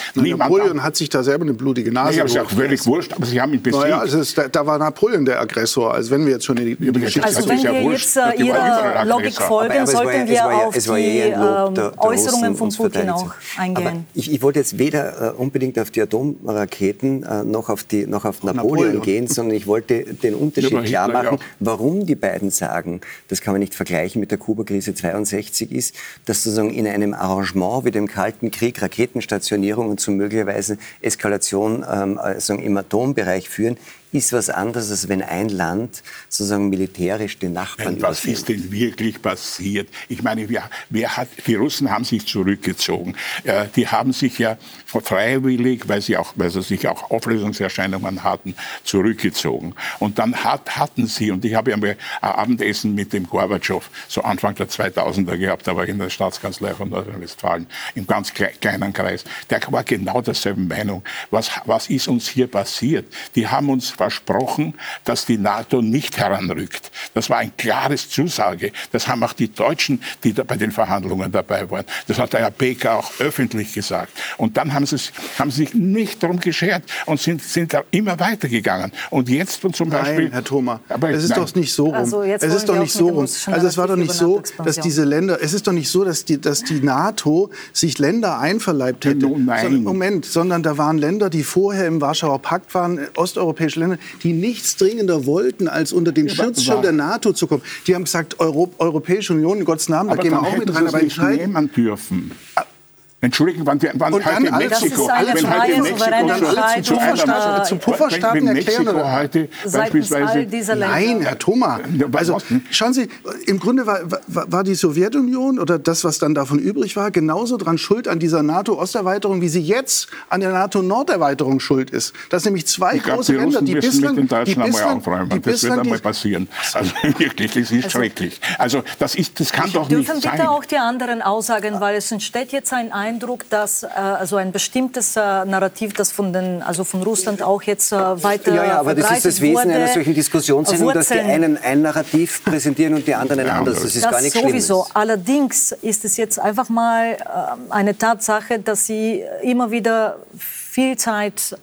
Napoleon hat sich da selber eine blutige Nase. Ja, ist auch völlig wurscht, aber Sie haben ihn besiegt. Naja, da war Napoleon der Aggressor, also wenn wir jetzt schon in die Geschichte... Also wenn wir jetzt Ihrer Logik folgen, sollten wir auf die Äußerungen von Putin auch eingehen. Aber ich wollte jetzt weder unbedingt auf die Atomraketen noch auf Napoleon gehen, sondern ich wollte den Unterschied klar machen, warum die beiden sagen, das kann man nicht vergleichen mit der Kuba-Krise 62 ist, dass sozusagen in einem Arrangement wie dem Kalten Krieg Raketenstationierungen zu möglicherweise Eskalation im Atombereich führen, ist was anderes, als wenn ein Land sozusagen militärisch den Nachbarn Was ist denn wirklich passiert? Ich meine, die Russen haben sich zurückgezogen. Die haben sich ja freiwillig, weil sie sich auch Auflösungserscheinungen hatten, zurückgezogen. Und dann hatten sie, und ich habe ja mal ein Abendessen mit dem Gorbatschow so Anfang der 2000er gehabt, da war ich in der Staatskanzlei von Nordrhein-Westfalen, im ganz kleinen Kreis. Der war genau derselben Meinung. Was ist uns hier passiert? Die haben uns versprochen, dass die NATO nicht heranrückt. Das war eine klare Zusage. Das haben auch die Deutschen, die da bei den Verhandlungen dabei waren. Das hat der Herr Baker auch öffentlich gesagt. Und dann haben sie sich nicht darum geschert und sind da immer weitergegangen. Und jetzt zum Beispiel... Nein, Herr Thoma, es ist doch nicht so rum. Also es ist doch nicht so rum. Also es war doch nicht so, dass diese Länder... Es ist doch nicht so, dass die NATO sich Länder einverleibt hätte. Nein. Moment, sondern da waren Länder, die vorher im Warschauer Pakt waren, osteuropäische Länder, die nichts dringender wollten, als unter den Schutzschirm der NATO zu kommen. Die haben gesagt, Europäische Union, in Gottes Namen, da gehen wir auch mit rein. Aber nicht nehmen dürfen. Entschuldigen, wann heute Mexiko, wenn heute Mexiko zu Pufferstaaten erklären oder heute beispielsweise... Nein, Herr Thoma, also schauen Sie, im Grunde war die Sowjetunion oder das, was dann davon übrig war, genauso dran schuld an dieser NATO-Osterweiterung, wie sie jetzt an der NATO-Norderweiterung schuld ist. Das sind nämlich zwei große Länder, die bislang... mit den Deutschen einmal aufräumen. Das wird einmal passieren. Also wirklich, das ist schrecklich. Also das kann doch nicht sein. Dürfen bitte auch die anderen aussagen, weil es entsteht jetzt ein Eindruck, dass also ein bestimmtes Narrativ, das von Russland auch jetzt weiter ja, aber das ist das Wesen einer solchen Diskussionssendung, dass die einen ein Narrativ präsentieren und die anderen ein anderes. Das ist gar nichts Schlimmes. Allerdings ist es jetzt einfach mal eine Tatsache, dass Sie immer wieder viel Zeit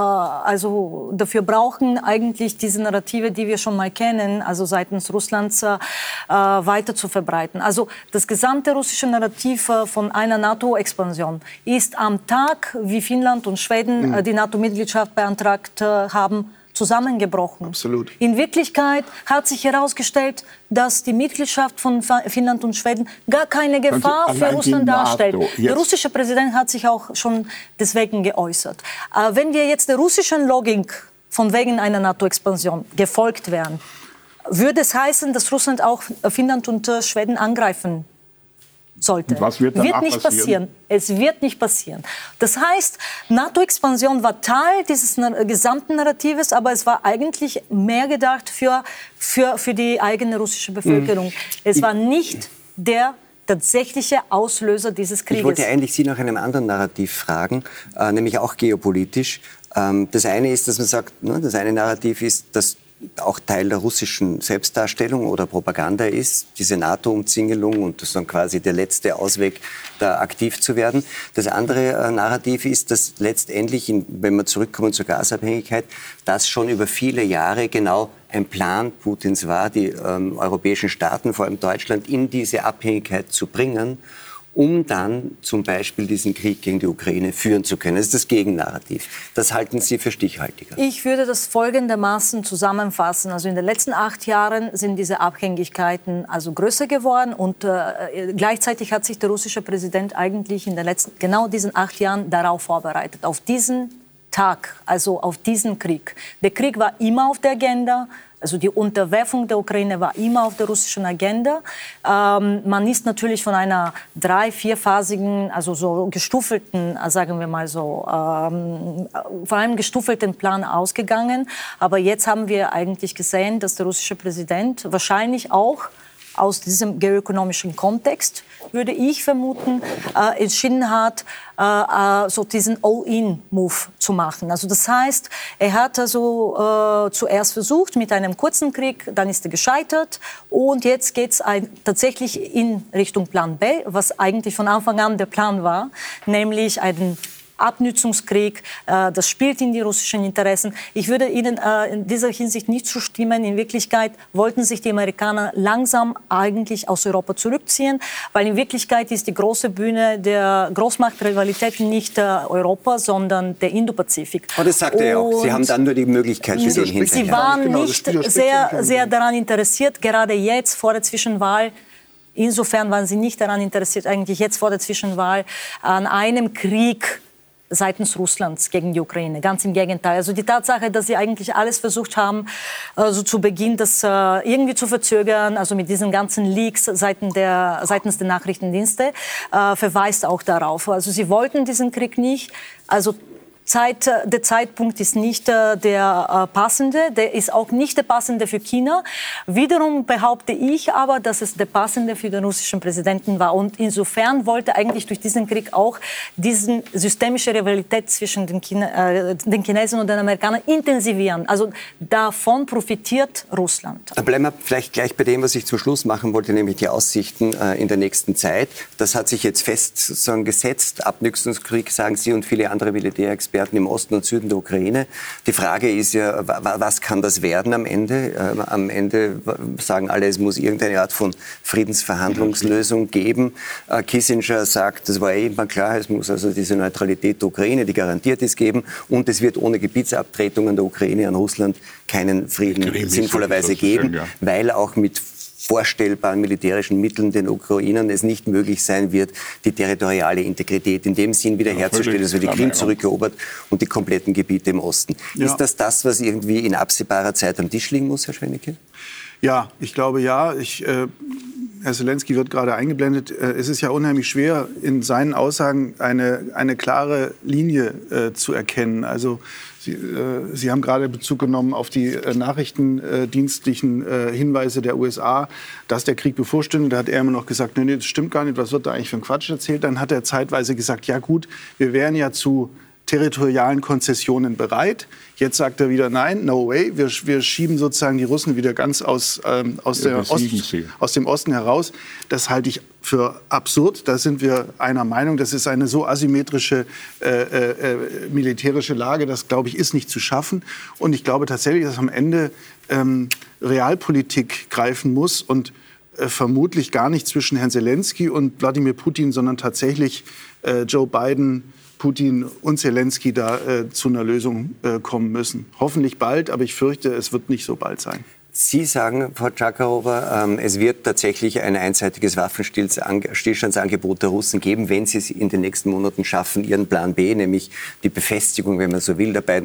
dafür brauchen, eigentlich diese Narrative, die wir schon mal kennen, also seitens Russlands, weiter zu verbreiten. Also das gesamte russische Narrativ von einer NATO-Expansion ist am Tag, wie Finnland und Schweden die NATO-Mitgliedschaft beantragt haben, zusammengebrochen. Absolut. In Wirklichkeit hat sich herausgestellt, dass die Mitgliedschaft von Finnland und Schweden gar keine Gefahr für Russland darstellt. Der russische Präsident hat sich auch schon deswegen geäußert. Wenn wir jetzt der russischen Logik von wegen einer NATO-Expansion gefolgt wären, würde es heißen, dass Russland auch Finnland und Schweden angreifen sollte. Und was wird nicht passieren? Es wird nicht passieren. Das heißt, NATO-Expansion war Teil dieses gesamten Narratives, aber es war eigentlich mehr gedacht für die eigene russische Bevölkerung. Es war nicht der tatsächliche Auslöser dieses Krieges. Ich wollte eigentlich Sie nach einem anderen Narrativ fragen, nämlich auch geopolitisch. Das eine ist, dass man sagt, das eine Narrativ ist, dass auch Teil der russischen Selbstdarstellung oder Propaganda ist, diese NATO-Umzingelung und das ist dann quasi der letzte Ausweg, da aktiv zu werden. Das andere Narrativ ist, dass letztendlich, wenn wir zurückkommen zur Gasabhängigkeit, das schon über viele Jahre genau ein Plan Putins war, die europäischen Staaten, vor allem Deutschland, in diese Abhängigkeit zu bringen, um dann zum Beispiel diesen Krieg gegen die Ukraine führen zu können. Das ist das Gegennarrativ. Das halten Sie für stichhaltiger? Ich würde das folgendermaßen zusammenfassen. Also in den letzten 8 Jahren sind diese Abhängigkeiten also größer geworden und gleichzeitig hat sich der russische Präsident eigentlich in den letzten, genau diesen 8 Jahren darauf vorbereitet, auf diesen Tag, also auf diesen Krieg. Der Krieg war immer auf der Agenda. Also die Unterwerfung der Ukraine war immer auf der russischen Agenda. Man ist natürlich von einer 3-, 4-phasigen, also so gestuffelten, sagen wir mal so, von einem gestuffelten Plan ausgegangen. Aber jetzt haben wir eigentlich gesehen, dass der russische Präsident wahrscheinlich auch aus diesem geoökonomischen Kontext, würde ich vermuten, entschieden hat, so diesen All-in-Move zu machen. Also das heißt, er hat also zuerst versucht mit einem kurzen Krieg, dann ist er gescheitert und jetzt geht es tatsächlich in Richtung Plan B, was eigentlich von Anfang an der Plan war, nämlich einen Abnutzungskrieg, das spielt in die russischen Interessen. Ich würde Ihnen in dieser Hinsicht nicht zustimmen. In Wirklichkeit wollten sich die Amerikaner langsam eigentlich aus Europa zurückziehen, weil in Wirklichkeit ist die große Bühne der Großmachtrivalität nicht Europa, sondern der Indo-Pazifik. Aber das sagt er auch. Sie haben dann nur die Möglichkeit gesehen hinterher. Sie waren nicht sehr daran interessiert, gerade jetzt vor der Zwischenwahl. Insofern waren sie nicht daran interessiert, eigentlich jetzt vor der Zwischenwahl, an einem Krieg seitens Russlands gegen die Ukraine. Ganz im Gegenteil. Also die Tatsache, dass sie eigentlich alles versucht haben, so zu Beginn das irgendwie zu verzögern, also mit diesen ganzen Leaks seitens der Nachrichtendienste, verweist auch darauf. Also sie wollten diesen Krieg nicht. Also der Zeitpunkt ist nicht der passende, der ist auch nicht der passende für China. Wiederum behaupte ich aber, dass es der passende für den russischen Präsidenten war. Und insofern wollte eigentlich durch diesen Krieg auch diese systemische Rivalität zwischen den Chinesen und den Amerikanern intensivieren. Also davon profitiert Russland. Dann bleiben wir vielleicht gleich bei dem, was ich zum Schluss machen wollte, nämlich die Aussichten in der nächsten Zeit. Das hat sich jetzt fest sozusagen gesetzt. Abnutzungskrieg, sagen Sie und viele andere Militärexperten im Osten und Süden der Ukraine. Die Frage ist ja, was kann das werden am Ende? Am Ende sagen alle, es muss irgendeine Art von Friedensverhandlungslösung geben. Kissinger sagt, das war immer klar, es muss also diese Neutralität der Ukraine, die garantiert ist, geben. Und es wird ohne Gebietsabtretungen der Ukraine an Russland keinen Frieden sinnvollerweise geben, weil auch mit vorstellbaren militärischen Mitteln den Ukrainern es nicht möglich sein wird, die territoriale Integrität in dem Sinn wiederherzustellen, dass wir die Krim zurückerobert und die kompletten Gebiete im Osten. Ja. Ist das, was irgendwie in absehbarer Zeit am Tisch liegen muss, Herr Schwennecke? Ja, ich glaube ja. Herr Zelensky wird gerade eingeblendet. Es ist ja unheimlich schwer, in seinen Aussagen eine klare Linie zu erkennen. Also Sie haben gerade Bezug genommen auf die nachrichtendienstlichen Hinweise der USA, dass der Krieg bevorstünde. Da hat er immer noch gesagt, nee, das stimmt gar nicht, was wird da eigentlich für ein Quatsch erzählt? Dann hat er zeitweise gesagt, ja gut, wir wären ja zu territorialen Konzessionen bereit. Jetzt sagt er wieder, nein, no way. Wir schieben sozusagen die Russen wieder ganz aus dem Osten heraus. Das halte ich für absurd. Da sind wir einer Meinung. Das ist eine so asymmetrische militärische Lage. Das, glaube ich, ist nicht zu schaffen. Und ich glaube tatsächlich, dass am Ende Realpolitik greifen muss und vermutlich gar nicht zwischen Herrn Zelensky und Wladimir Putin, sondern tatsächlich Joe Biden, Putin und Zelensky da zu einer Lösung kommen müssen. Hoffentlich bald, aber ich fürchte, es wird nicht so bald sein. Sie sagen, Frau Tschakarova, es wird tatsächlich ein einseitiges Waffenstillstandsangebot der Russen geben, wenn sie es in den nächsten Monaten schaffen, ihren Plan B, nämlich die Befestigung, wenn man so will, der beiden